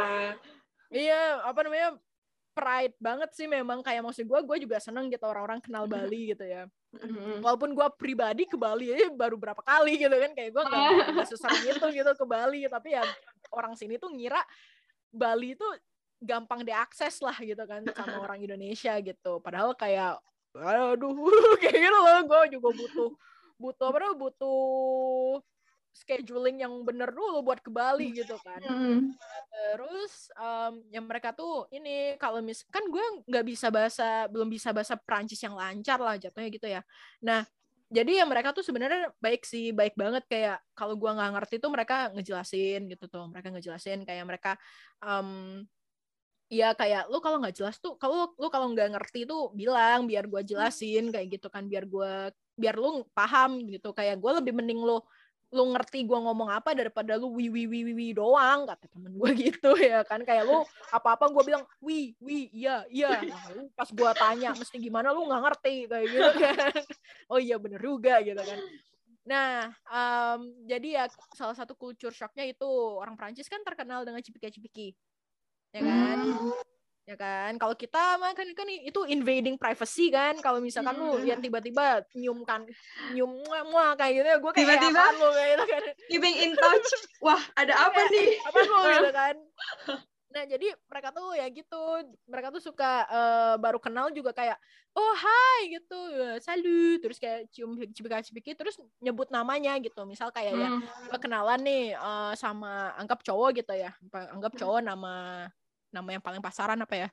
Iya apa namanya pride banget sih memang kayak maksud gue gue juga seneng gitu orang-orang kenal Bali gitu ya. Mm-hmm. Walaupun gue pribadi ke Bali aja baru berapa kali gitu kan kayak gue nggak nggak sesering itu gitu ke Bali tapi ya orang sini tuh ngira Bali tuh gampang diakses lah gitu kan sama orang Indonesia gitu padahal kayak aduh kayak gitu loh gue juga butuh butuh apa tuh butuh scheduling yang bener dulu buat ke Bali gitu kan. Mm. Terus um, yang mereka tuh ini kalau mis kan gue nggak bisa bahasa belum bisa bahasa Prancis yang lancar lah jatuhnya gitu ya. Nah jadi ya mereka tuh sebenarnya baik sih baik banget kayak kalau gue nggak ngerti tuh mereka ngejelasin gitu tuh mereka ngejelasin kayak mereka um, ya kayak lu kalau nggak jelas tuh kalau lu kalau nggak ngerti tuh bilang biar gue jelasin kayak gitu kan biar gue biar lu paham gitu kayak gue lebih mending lu lu ngerti gue ngomong apa daripada lu wi wi wi wi doang kata temen gue gitu ya kan kayak lu apa-apa gue bilang wi wi iya iya nah, lu pas gue tanya mesti gimana lu nggak ngerti kayak gitu kan oh iya bener juga gitu kan nah um, jadi ya salah satu culture shocknya itu orang Prancis kan terkenal dengan cipika-cipiki ya kan hmm. ya kan kalau kita mah kan kan itu invading privacy kan kalau misalkan hmm. lu ya tiba-tiba nyium kan nyium muah kayak gitu ya gue kayak tiba-tiba lu kayak gitu kan keeping in touch wah ada apa nih apa lu gitu kan nah jadi mereka tuh ya gitu mereka tuh suka uh, baru kenal juga kayak oh hai gitu salut terus kayak cium cipika-cipiki terus nyebut namanya gitu misal kayak hmm. ya gue kenalan nih uh, sama anggap cowok gitu ya anggap cowok nama nama yang paling pasaran apa ya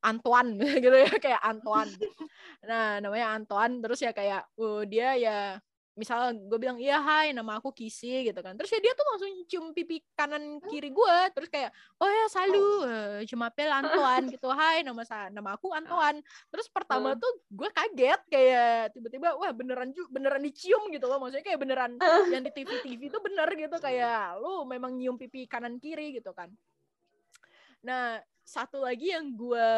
Antoine gitu ya, kayak Antoine. Nah, namanya Antoine, terus ya kayak uh, dia ya misal gue bilang iya hai nama aku Kisi gitu kan, terus ya dia tuh langsung cium pipi kanan kiri gue, terus kayak oh ya salu uh, je m'appelle Antoine gitu, hai nama nama aku Antoine. Terus pertama tuh gue kaget kayak tiba-tiba wah beneran beneran dicium gitu loh, maksudnya kayak beneran yang di T V T V itu bener gitu, kayak lu memang nyium pipi kanan kiri gitu kan. Nah satu lagi yang gue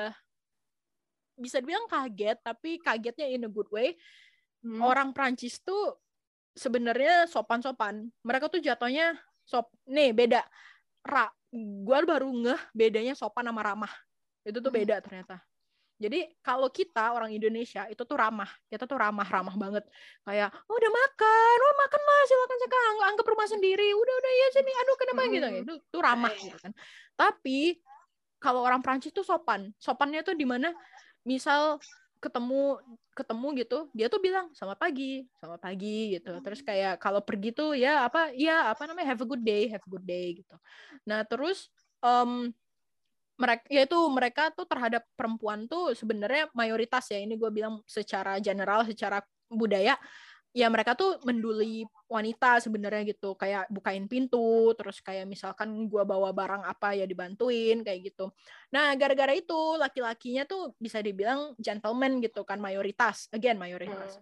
bisa dibilang kaget, tapi kagetnya in a good way. Hmm. Orang Prancis tuh sebenarnya sopan-sopan. Mereka tuh jatuhnya sop. Nih beda. Ra, gue baru ngeh bedanya sopan sama ramah. Itu tuh beda ternyata. Jadi kalau kita orang Indonesia itu tuh ramah. Kita tuh ramah-ramah banget. Kayak, oh, udah makan, oh makan lah, silakan silakan, anggap rumah sendiri. Udah udah ya sini, aduh kenapa hmm. gitu. Itu tuh ramah gitu kan. Tapi kalau orang Prancis tuh sopan. Sopannya tuh di mana? Misal ketemu ketemu gitu, dia tuh bilang selamat pagi, selamat pagi gitu. Terus kayak kalau pergi tuh ya apa, ya apa namanya have a good day, have a good day gitu. Nah terus um, mereka, yaitu mereka tuh terhadap perempuan tuh sebenarnya mayoritas ya. Ini gue bilang secara general, secara budaya. Ya mereka tuh menduli wanita sebenarnya gitu, kayak bukain pintu, terus kayak misalkan gue bawa barang apa ya dibantuin kayak gitu. Nah gara-gara itu laki-lakinya tuh bisa dibilang gentleman gitu kan, mayoritas, again mayoritas. Hmm.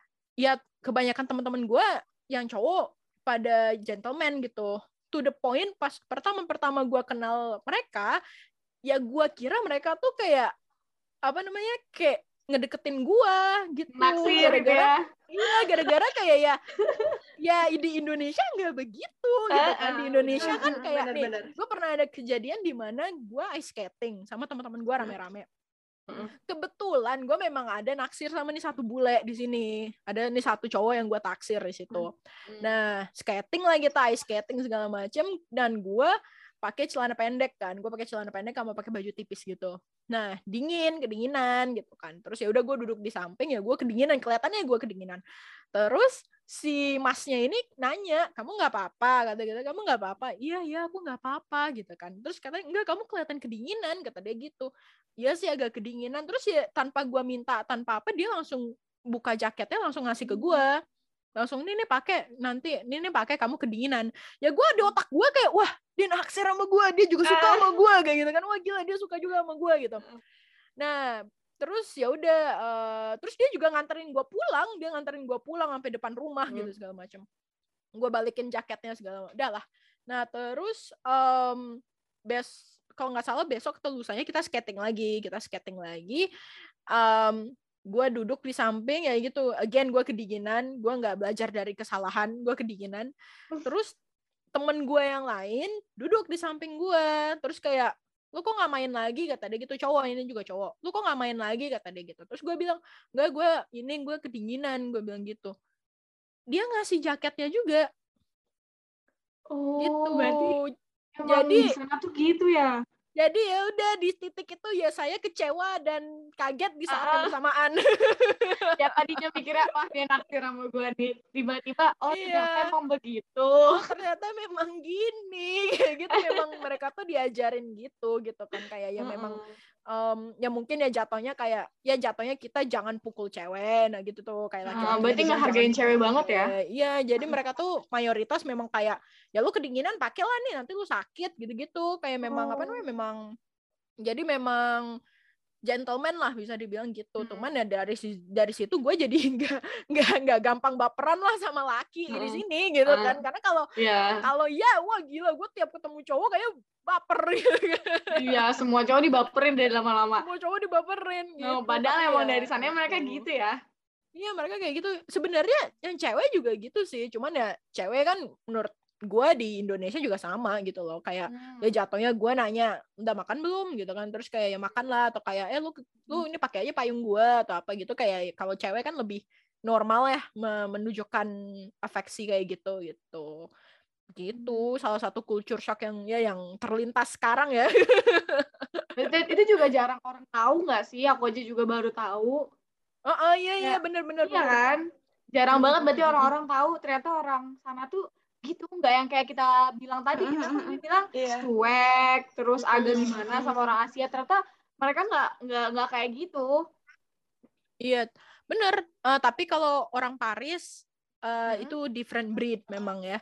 Ya kebanyakan teman-teman gue yang cowok pada gentleman gitu. To the point pas pertama-pertama gue kenal mereka, ya gue kira mereka tuh kayak apa namanya kayak ngedeketin gua gitu. Naksir gara-gara ya. Iya, gara-gara kayak ya ya di Indonesia nggak begitu gitu kan. Di Indonesia kan kayak nih, gue pernah ada kejadian di mana gua ice skating sama teman-teman gua rame-rame. Kebetulan gue memang ada naksir sama nih satu bule di sini. Ada nih satu cowok yang gue taksir di situ. Nah, skating lagi, ice skating segala macem, dan gue pakai celana pendek kan, gue pakai celana pendek sama pakai baju tipis gitu. Nah dingin, kedinginan gitu kan. Terus ya udah gue duduk di samping, ya gue kedinginan, kelihatannya gue kedinginan. Terus si masnya ini nanya, kamu nggak apa-apa, kata gitu, kamu nggak apa-apa, iya iya aku nggak apa-apa gitu kan. Terus katanya enggak, kamu kelihatan kedinginan, kata dia gitu. Iya sih agak kedinginan. Terus ya tanpa gue minta, tanpa apa, dia langsung buka jaketnya, langsung ngasih ke gue. Langsung nih nih pakai, nanti nih nih pakai, kamu kedinginan. Ya gue di otak gue kayak wah dia naksir sama gue, dia juga suka sama gue kayak gitu kan, wah gila dia suka juga sama gue gitu. Nah terus ya udah, uh, terus dia juga nganterin gue pulang, dia nganterin gue pulang sampai depan rumah hmm. gitu segala macam. Gue balikin jaketnya segala macam, udah lah. Nah terus um, bes kalau nggak salah besok atau lusanya kita skating lagi, kita skating lagi. Um, gue duduk di samping ya gitu, again gue kedinginan, gue nggak belajar dari kesalahan, gue kedinginan. Terus temen gue yang lain duduk di samping gue, terus kayak lu kok nggak main lagi, kata dia gitu, cowok ini juga cowok, lu kok nggak main lagi, kata dia gitu. Terus gue bilang nggak, gue ini gue kedinginan, gue bilang gitu. Dia ngasih jaketnya juga. Oh gitu. Berarti jadi di sana tuh gitu ya. Jadi ya udah di titik itu ya saya kecewa dan kaget di saat yang bersamaan. Ya tadinya mikirnya wah dia naksir sama gue nih, tiba-tiba oh iya. ternyata emang begitu. Oh, ternyata memang gini, gitu memang mereka tuh diajarin gitu gitu kan, kayak ya memang um, ya mungkin ya jatuhnya kayak ya jatuhnya kita jangan pukul cewek, nah gitu tuh kayak laki-laki. Nah, berarti ngehargain cewek banget ya? Iya, jadi mereka tuh mayoritas memang kayak ya lu kedinginan pakailah nih nanti lu sakit gitu-gitu, kayak memang oh. apa namanya memang jadi memang gentleman lah bisa dibilang gitu. Hmm. Cuman ya dari dari situ gue jadi nggak nggak nggak gampang baperan lah sama laki hmm. di sini gitu uh. kan, karena kalau yeah. kalau ya wah gila gue tiap ketemu cowok kayak baper gitu. Iya semua cowok dibaperin deh lama-lama. Semua cowok dibaperin. Gitu. No, padahal emang ya, dari sana gitu. Mereka gitu ya. Iya mereka kayak gitu. Sebenarnya yang cewek juga gitu sih. Cuman ya cewek kan menurut gue di Indonesia juga sama gitu loh, kayak hmm. ya jatuhnya gue nanya udah makan belum gitu kan, terus kayak ya makan lah, atau kayak eh lu lu ini pakai aja payung gue atau apa gitu. Kayak kalau cewek kan lebih normal ya menunjukkan afeksi kayak gitu gitu gitu. Hmm. Salah satu culture shock yang ya yang terlintas sekarang ya. itu, itu juga jarang orang tahu nggak sih, aku aja juga baru tahu. Oh, oh iya iya bener-bener iya bener. Kan jarang hmm. banget berarti orang-orang tahu ternyata orang sana tuh gitu, nggak yang kayak kita bilang tadi, kita tuh bilang yeah. cuek, terus agak gimana sama orang Asia, ternyata mereka nggak nggak nggak kayak gitu. Iya, bener. Uh, tapi kalau orang Paris uh, Mm-hmm. itu different breed memang ya.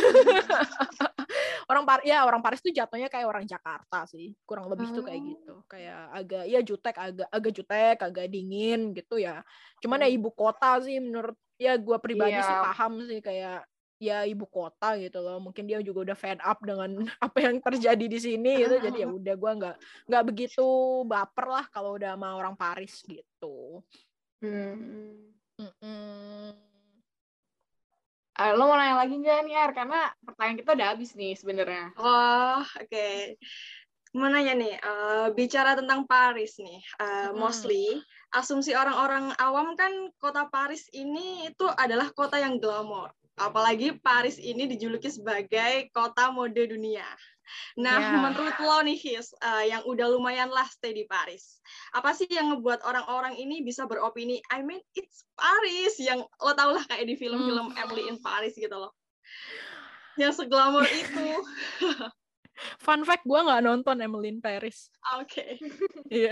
orang Par ya orang Paris tuh jatuhnya kayak orang Jakarta sih, kurang lebih tuh kayak gitu, kayak agak ya jutek, agak agak jutek, agak dingin gitu ya. Cuman ya ibu kota sih menurut ya gue pribadi Iya. sih paham sih kayak ya ibu kota gitu loh. Mungkin dia juga udah fed up dengan apa yang terjadi di sini gitu. Jadi ya udah gue nggak nggak begitu baper lah kalau udah sama orang Paris gitu. Hmm. Mm-mm. Uh, lo mau nanya lagi nggak nih, Ar? Karena pertanyaan kita udah habis nih sebenarnya. Oh, oke. Okay. Mau nanya nih, uh, bicara tentang Paris nih, uh, Mm-mm. mostly asumsi orang-orang awam kan kota Paris ini itu adalah kota yang glamor. Apalagi Paris ini dijuluki sebagai kota mode dunia. Nah, Yeah. menurut lo nih, His, uh, yang udah lumayan lah stay di Paris, apa sih yang ngebuat orang-orang ini bisa beropini, I mean, it's Paris, yang lo tau lah kayak di film-film Mm. Emily in Paris gitu loh. Yang seglamor itu. Fun fact, gue nggak nonton Emily in Paris. Oke. Iya.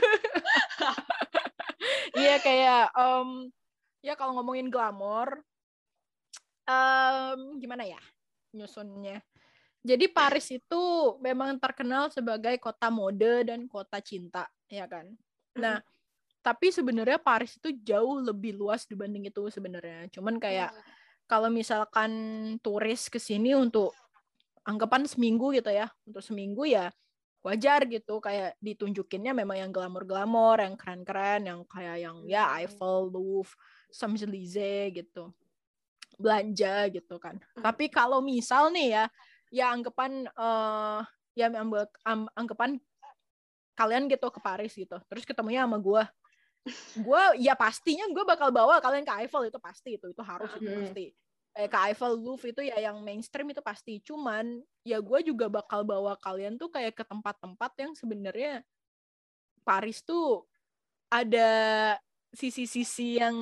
Iya kayak, um, ya kalau ngomongin glamor, um, gimana ya nyusunnya. Jadi Paris itu memang terkenal sebagai kota mode dan kota cinta, ya kan. Nah, tapi sebenarnya Paris itu jauh lebih luas dibanding itu sebenarnya. Cuman kayak kalau misalkan turis ke sini untuk anggapan seminggu gitu ya, untuk seminggu ya wajar gitu, kayak ditunjukinnya memang yang glamor-glamor, yang keren-keren, yang kayak yang ya Eiffel, Louvre, Champs-Élysées gitu, belanja gitu kan. Tapi kalau misal nih ya, ya anggapan uh, ya anggapan kalian gitu ke Paris gitu, terus ketemunya sama gue, gue ya pastinya gue bakal bawa kalian ke Eiffel, itu pasti, itu itu harus, itu pasti. Eh, ke Eiffel, Louvre itu ya yang mainstream itu pasti. Cuman ya gue juga bakal bawa kalian tuh kayak ke tempat-tempat yang sebenarnya Paris tuh ada sisi-sisi yang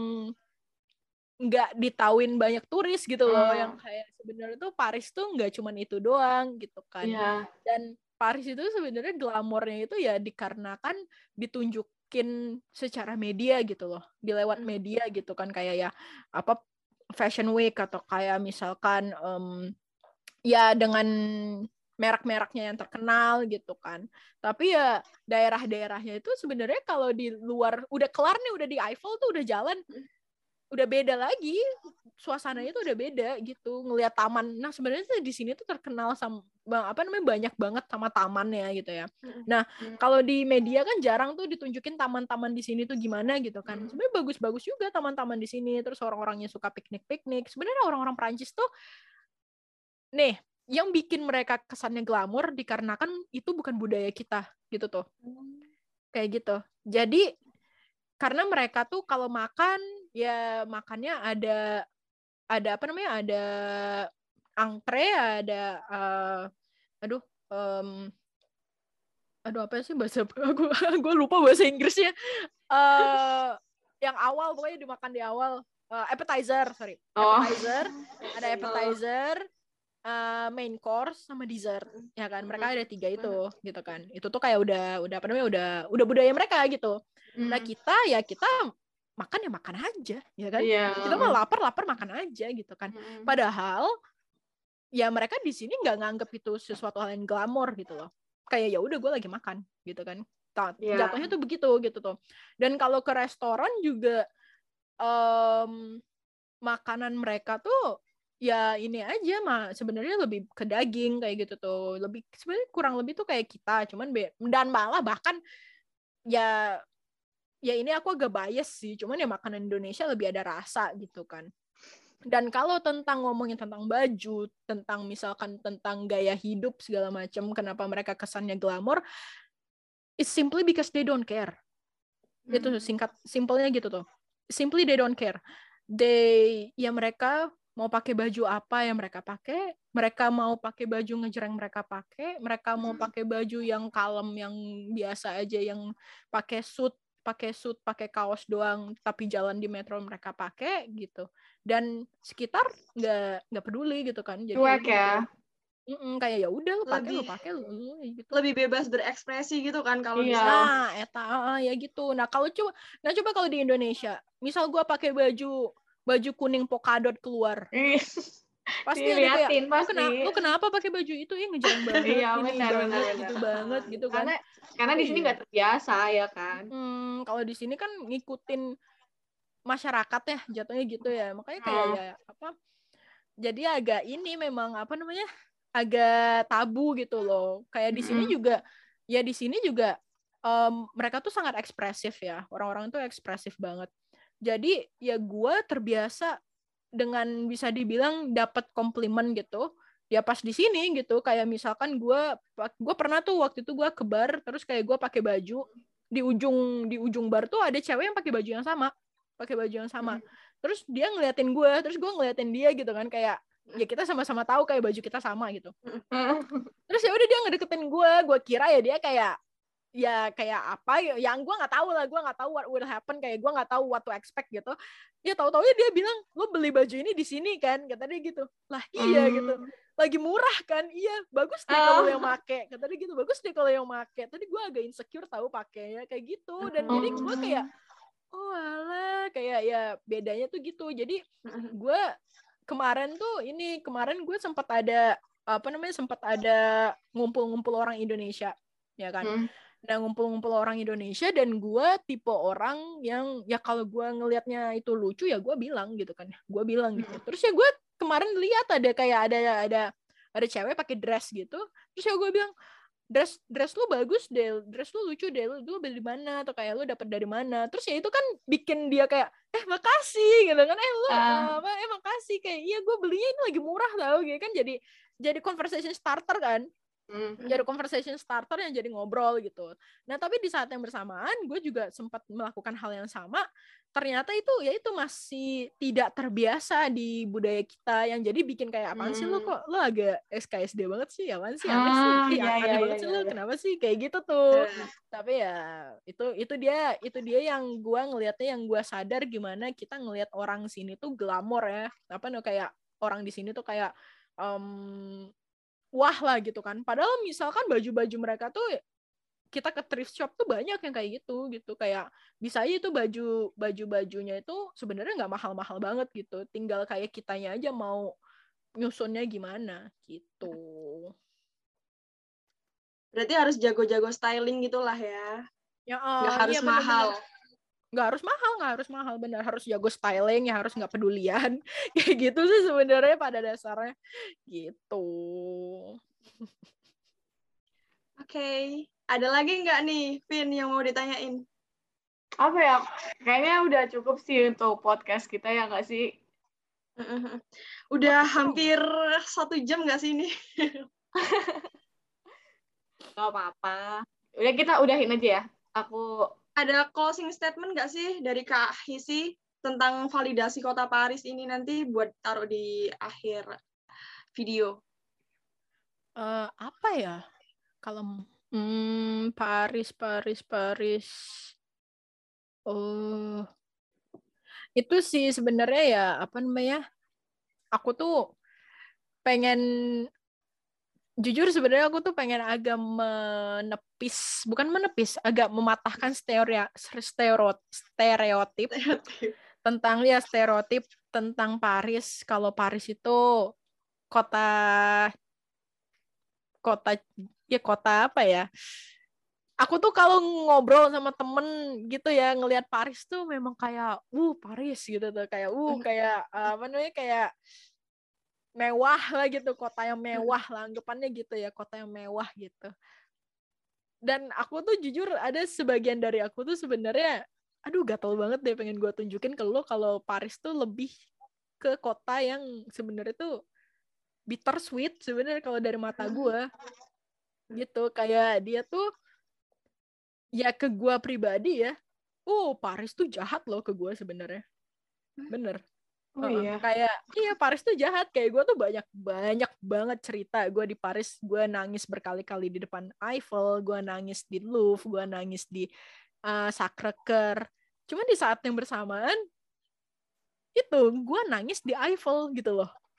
nggak ditauin banyak turis gitu loh, hmm. yang kayak sebenarnya tuh Paris tuh nggak cuman itu doang gitu kan. Yeah. Dan Paris itu sebenarnya glamornya itu ya dikarenakan ditunjukin secara media gitu loh, dilewat hmm. media gitu kan, kayak ya apa Fashion Week atau kayak misalkan um, ya dengan merek-mereknya yang terkenal gitu kan. Tapi ya daerah-daerahnya itu sebenarnya kalau di luar udah kelar nih, udah di Eiffel tuh udah jalan, udah beda lagi, suasananya tuh udah beda gitu, ngelihat taman. Nah sebenarnya tuh di sini tuh terkenal sama apa namanya banyak banget sama tamannya gitu ya. Nah kalau di media kan jarang tuh ditunjukin taman-taman di sini tuh gimana gitu kan. Sebenarnya bagus-bagus juga taman-taman di sini, terus orang-orangnya suka piknik-piknik. Sebenarnya orang-orang Prancis tuh nih yang bikin mereka kesannya glamor dikarenakan itu bukan budaya kita gitu tuh, kayak gitu. Jadi karena mereka tuh kalau makan ya makannya ada ada apa namanya ada angkre, ada uh, aduh um, aduh apa sih bahasa gue gue lupa bahasa Inggrisnya, uh, yang awal pokoknya dimakan di awal, uh, appetizer sorry appetizer oh. ada appetizer, uh, main course sama dessert ya kan, mereka ada tiga itu gitu kan. Itu tuh kayak udah udah apa namanya udah udah budaya mereka gitu. Nah kita ya kita makan ya makan aja ya kan, yeah. Kita mah lapar lapar makan aja gitu kan. Padahal ya mereka di sini nggak nganggep itu sesuatu hal yang glamor gitu loh, kayak ya udah gue lagi makan gitu kan. Yeah. Jatuhnya tuh begitu gitu tuh. Dan kalau ke restoran juga um, makanan mereka tuh ya ini aja mah sebenarnya lebih ke daging kayak gitu tuh, lebih sebenarnya kurang lebih tuh kayak kita, cuman be- dan malah bahkan ya ya ini aku agak bias sih, cuman ya makanan Indonesia lebih ada rasa gitu kan. Dan kalau tentang ngomongin tentang baju, tentang misalkan tentang gaya hidup segala macam, kenapa mereka kesannya glamor, it's simply because they don't care. Hmm. Itu singkat simpelnya gitu tuh, simply they don't care. They ya mereka mau pakai baju apa yang mereka pakai, mereka mau pakai baju ngejreng mereka pakai, mereka mau pakai baju yang kalem yang biasa aja, yang pakai suit pakai suit pakai kaos doang tapi jalan di metro mereka pakai gitu. Dan sekitar nggak nggak peduli gitu kan. Jadi cuek ya. Mm-mm, kayak ya udah lu pakai lu Lebih- pakai lu, lu gitu. Lebih bebas berekspresi gitu kan kalau di Iya. sana. Nah, eta ah, ya gitu. Nah, kalau coba nah coba kalau di Indonesia, misal gua pakai baju baju kuning polkadot keluar. Ih, Pasti ada kayak diliatin lu pasti. kenapa lu kenapa pakai baju itu? Ih, ngejreng banget Iya, ini benar, banget benar, benar. gitu banget gitu kan. Karena karena di sini Iya. nggak terbiasa ya kan. Hmm, kalau di sini kan ngikutin masyarakat ya, jatuhnya gitu ya. Makanya kayak Hmm. ya apa? Jadi agak ini memang apa namanya? Agak tabu gitu loh. Kayak di sini Mm-mm. juga ya di sini juga em, mereka tuh sangat ekspresif ya. Orang-orang tuh ekspresif banget. Jadi ya gue terbiasa dengan bisa dibilang dapat komplimen gitu. Ya pas di sini gitu, kayak misalkan gue gue pernah tuh waktu itu gue ke bar terus kayak gue pakai baju di ujung di ujung bar tuh ada cewek yang pakai baju yang sama, pakai baju yang sama. Terus dia ngeliatin gue, terus gue ngeliatin dia gitu kan, kayak ya kita sama-sama tahu kayak baju kita sama gitu. Terus ya udah dia ngedeketin gue, gue kira ya dia kayak ya kayak apa ya, yang gue nggak tahu lah, gue nggak tahu what will happen, kayak gue nggak tahu what to expect gitu. Ya tahu-tahu ya dia bilang lo beli baju ini di sini kan, kata dia gitu. Lah iya gitu, lagi murah kan, iya bagus deh kalau Oh. yang make, kata dia gitu, bagus deh kalau yang make. Tadi gue agak insecure tahu pakainya kayak gitu, dan jadi gue kayak oh alah, kayak ya bedanya tuh gitu. Jadi gue kemarin tuh ini kemarin gue sempat ada apa namanya sempat ada ngumpul-ngumpul orang Indonesia ya kan. Hmm. Nah ngumpul-ngumpul orang Indonesia dan gue tipe orang yang ya kalau gue ngelihatnya itu lucu ya gue bilang gitu kan, gue bilang gitu. Terus ya gue kemarin lihat ada kayak ada ada ada cewek pakai dress gitu, terus ya gue bilang dress dress lu bagus deh, dress lu lucu deh, lu, lu beli di mana atau kayak lu dapet dari mana. Terus ya itu kan bikin dia kayak eh makasih gitu kan, eh lu uh. apa eh makasih, kayak iya gue belinya ini lagi murah tau gitu kan. Jadi jadi conversation starter kan. Hmm. Jadi conversation starter yang jadi ngobrol gitu. Nah tapi di saat yang bersamaan gue juga sempat melakukan hal yang sama. Ternyata itu ya itu masih tidak terbiasa di budaya kita, yang jadi bikin kayak apaan hmm. sih lo kok lo agak S K S D banget sih, apaan sih aneh sih, ah, Ih, iya, aneh iya, banget iya, sih iya, lo iya. kenapa sih kayak gitu tuh. Hmm. Tapi ya itu itu dia itu dia yang gue ngelihatnya, yang gue sadar gimana kita ngelihat orang sini tuh glamor ya, apa nih kayak orang di sini tuh kayak um, wah lah gitu kan. Padahal misalkan baju-baju mereka tuh kita ke thrift shop tuh banyak yang kayak gitu gitu, kayak bisa aja itu baju baju-bajunya itu sebenarnya nggak mahal-mahal banget gitu, tinggal kayak kitanya aja mau nyusunnya gimana gitu. Berarti harus jago-jago styling gitulah ya. Ya uh, nggak harus iya, bener, mahal. Bener. Nggak harus mahal, nggak harus mahal, benar harus jago styling ya, harus nggak pedulian kayak gitu sih sebenarnya pada dasarnya gitu. Oke, okay. Ada lagi nggak nih, Vin, yang mau ditanyain? Apa ya? Kayaknya udah cukup sih untuk podcast kita ya nggak sih? Udah oh, hampir oh. satu jam nggak sih ini? Gak apa-apa. Udah kita udahin aja ya. Aku ada closing statement nggak sih dari Kak Hisi tentang validasi Kota Paris ini nanti buat taruh di akhir video? Uh, apa ya? Kalau hmm, Paris, Paris, Paris, oh itu sih sebenarnya ya apa namanya? Aku tuh pengen, jujur sebenarnya aku tuh pengen agak menepis, bukan menepis, agak mematahkan stereotip, stereotip, stereotip tentang ya stereotip tentang Paris. Kalau Paris itu kota kota ya kota apa ya, aku tuh kalau ngobrol sama temen gitu ya ngelihat Paris tuh memang kayak uh Paris gitu tuh, kayak uh kayak uh, apa namanya kayak mewah lah gitu, kota yang mewah lah anggapannya gitu ya, kota yang mewah gitu. Dan aku tuh jujur ada sebagian dari aku tuh sebenarnya aduh gatel banget deh pengen gue tunjukin ke lo kalau Paris tuh lebih ke kota yang sebenarnya tuh bittersweet sebenarnya kalau dari mata gue gitu. Kayak dia tuh ya ke gue pribadi ya, oh Paris tuh jahat loh ke gue sebenarnya, bener. Oh, uh-uh. iya. Kayak iya Paris tuh jahat, kayak gue tuh banyak banyak banget cerita gue di Paris. Gue nangis berkali-kali di depan Eiffel, gue nangis di Louvre, gue nangis di uh, Sacré-Cœur. Cuman di saat yang bersamaan itu gue nangis di Eiffel gitu loh.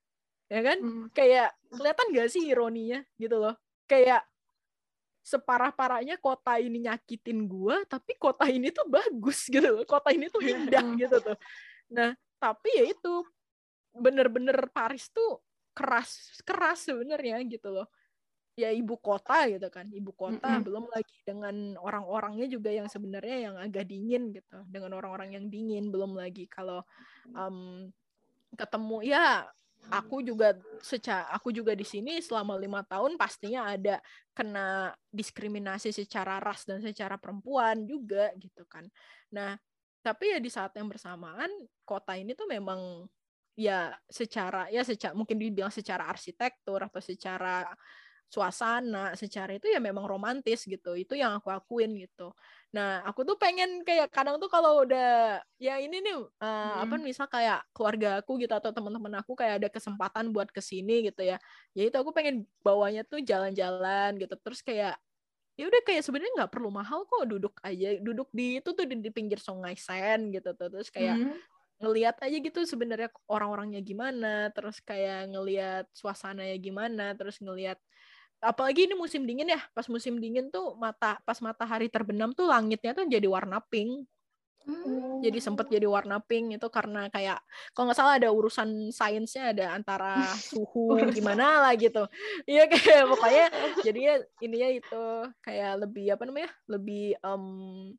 ya kan? Hmm. Kayak kelihatan gak sih ironinya gitu loh? Kayak separah-parahnya kota ini nyakitin gue, tapi kota ini tuh bagus gitu loh. Kota ini tuh indah gitu tuh. Nah, tapi ya itu bener-bener Paris tuh keras, keras sebenarnya gitu loh. Ya ibu kota gitu kan, ibu kota, mm-hmm. belum lagi dengan orang-orangnya juga yang sebenarnya yang agak dingin gitu, dengan orang-orang yang dingin, belum lagi kalau um, ketemu ya. Aku juga secara aku juga di sini selama lima tahun pastinya ada kena diskriminasi secara ras dan secara perempuan juga gitu kan. Nah, tapi ya di saat yang bersamaan kota ini tuh memang ya secara ya secara mungkin dibilang secara arsitektur atau secara suasana, secara itu ya memang romantis gitu. Itu yang aku akuin gitu. Nah, aku tuh pengen kayak kadang tuh kalau udah ya ini nih uh, hmm. apa misal kayak keluarga aku gitu atau teman-teman aku kayak ada kesempatan buat kesini gitu ya. Ya itu aku pengen bawanya tuh jalan-jalan gitu. Terus kayak ya udah kayak sebenarnya nggak perlu mahal kok, duduk aja, duduk di itu tuh di, di pinggir Sungai Seine gitu tuh. Terus kayak hmm. ngelihat aja gitu sebenarnya orang-orangnya gimana, terus kayak ngelihat suasananya gimana, terus ngelihat apalagi ini musim dingin ya, pas musim dingin tuh mata pas matahari terbenam tuh langitnya tuh jadi warna pink. Hmm. Jadi sempet jadi warna pink itu karena kayak kalau nggak salah ada urusan sainsnya, ada antara suhu gimana lah gitu. Iya kayak pokoknya jadinya ininya itu kayak lebih apa namanya? lebih um,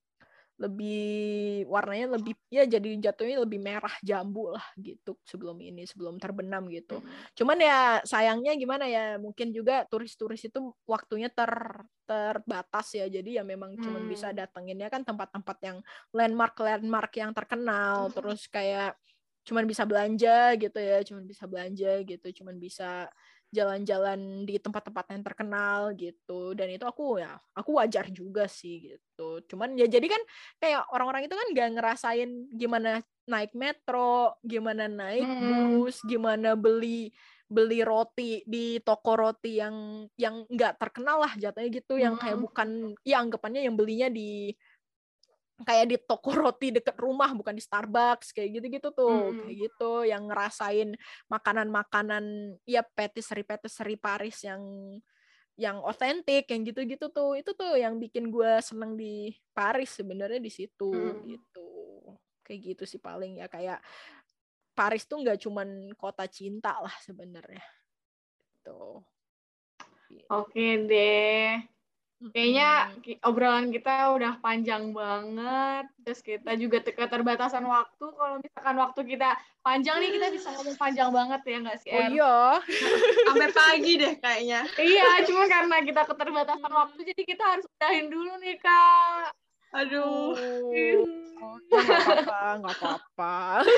lebih warnanya lebih ya jadi jatuhnya lebih merah jambu lah gitu sebelum ini sebelum terbenam gitu. Cuman ya sayangnya gimana ya, mungkin juga turis-turis itu waktunya ter terbatas ya, jadi ya memang hmm. cuman bisa datenginnya kan tempat-tempat yang landmark landmark yang terkenal, hmm. terus kayak cuman bisa belanja gitu ya, cuman bisa belanja gitu, cuman bisa jalan-jalan di tempat-tempat yang terkenal gitu. Dan itu aku ya aku wajar juga sih gitu. Cuman ya jadi kan kayak orang-orang itu kan gak ngerasain gimana naik metro, gimana naik hmm. bus, gimana beli beli roti di toko roti yang yang nggak terkenal lah jatuhnya gitu, hmm. yang kayak bukan ya anggapannya yang belinya di kayak di toko roti deket rumah, bukan di Starbucks kayak gitu-gitu tuh, hmm. kayak gitu yang ngerasain makanan-makanan ya patisserie-patisserie Paris yang yang otentik, yang gitu-gitu tuh, itu tuh yang bikin gue seneng di Paris sebenarnya di situ hmm. gitu, kayak gitu sih paling ya, kayak Paris tuh nggak cuman kota cinta lah sebenarnya, tuh. Oke deh. Kayaknya obrolan kita udah panjang banget, terus kita juga keterbatasan waktu. Kalau misalkan waktu kita panjang nih, kita bisa ngomong panjang banget ya nggak sih, Er? Oh iya. Sampai pagi deh kayaknya. Iya, cuma karena kita keterbatasan waktu, jadi kita harus udahin dulu nih, Kak. Aduh. Oh, ya nggak apa-apa, nggak apa-apa.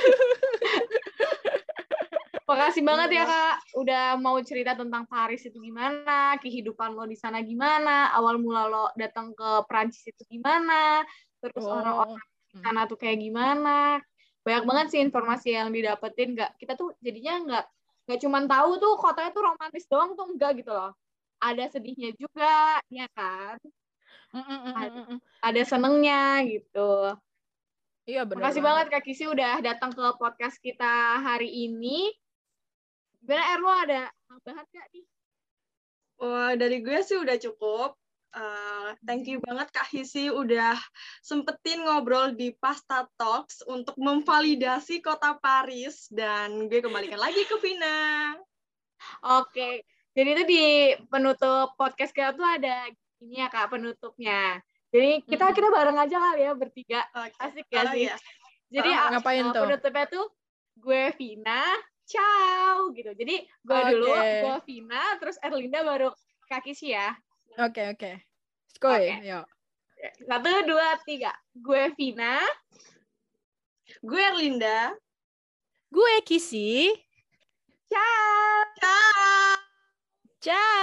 Makasih banget ya Kak, udah mau cerita tentang Paris itu gimana, kehidupan lo di sana gimana, awal mula lo datang ke Prancis itu gimana, terus oh. orang-orang di sana tuh kayak gimana. Banyak banget sih informasi yang didapetin. Nggak, kita tuh jadinya nggak nggak cuma tahu tuh kotanya tuh romantis doang tuh, enggak gitu loh. Ada sedihnya juga, ya kan? Ada, ada senengnya gitu. Iya benar. Makasih banget Kak Kisi udah datang ke podcast kita hari ini. Gimana, Er, lo ada tambahan nggak nih? Wah, dari gue sih udah cukup. Uh, thank you banget Kak Hisi udah sempetin ngobrol di Pasta Talks untuk memvalidasi kota Paris. Dan gue kembalikan lagi ke Vina. Oke, jadi itu di penutup podcast kita tuh ada ini ya Kak, penutupnya. Jadi kita kita bareng aja kali ya bertiga. Okay. Asik ya oh, sih? Iya. Jadi uh, ngapain uh, tuh? Penutupnya tuh gue Vina, ciao gitu. Jadi gue okay. dulu, gue Vina, terus Erlinda baru Kak Kisi ya. Oke okay, oke. Okay. Skoy, okay. Yuk. Satu, dua, tiga. Gue Vina. Gue Erlinda. Gue Kisi. Ciao. Ciao. Ciao.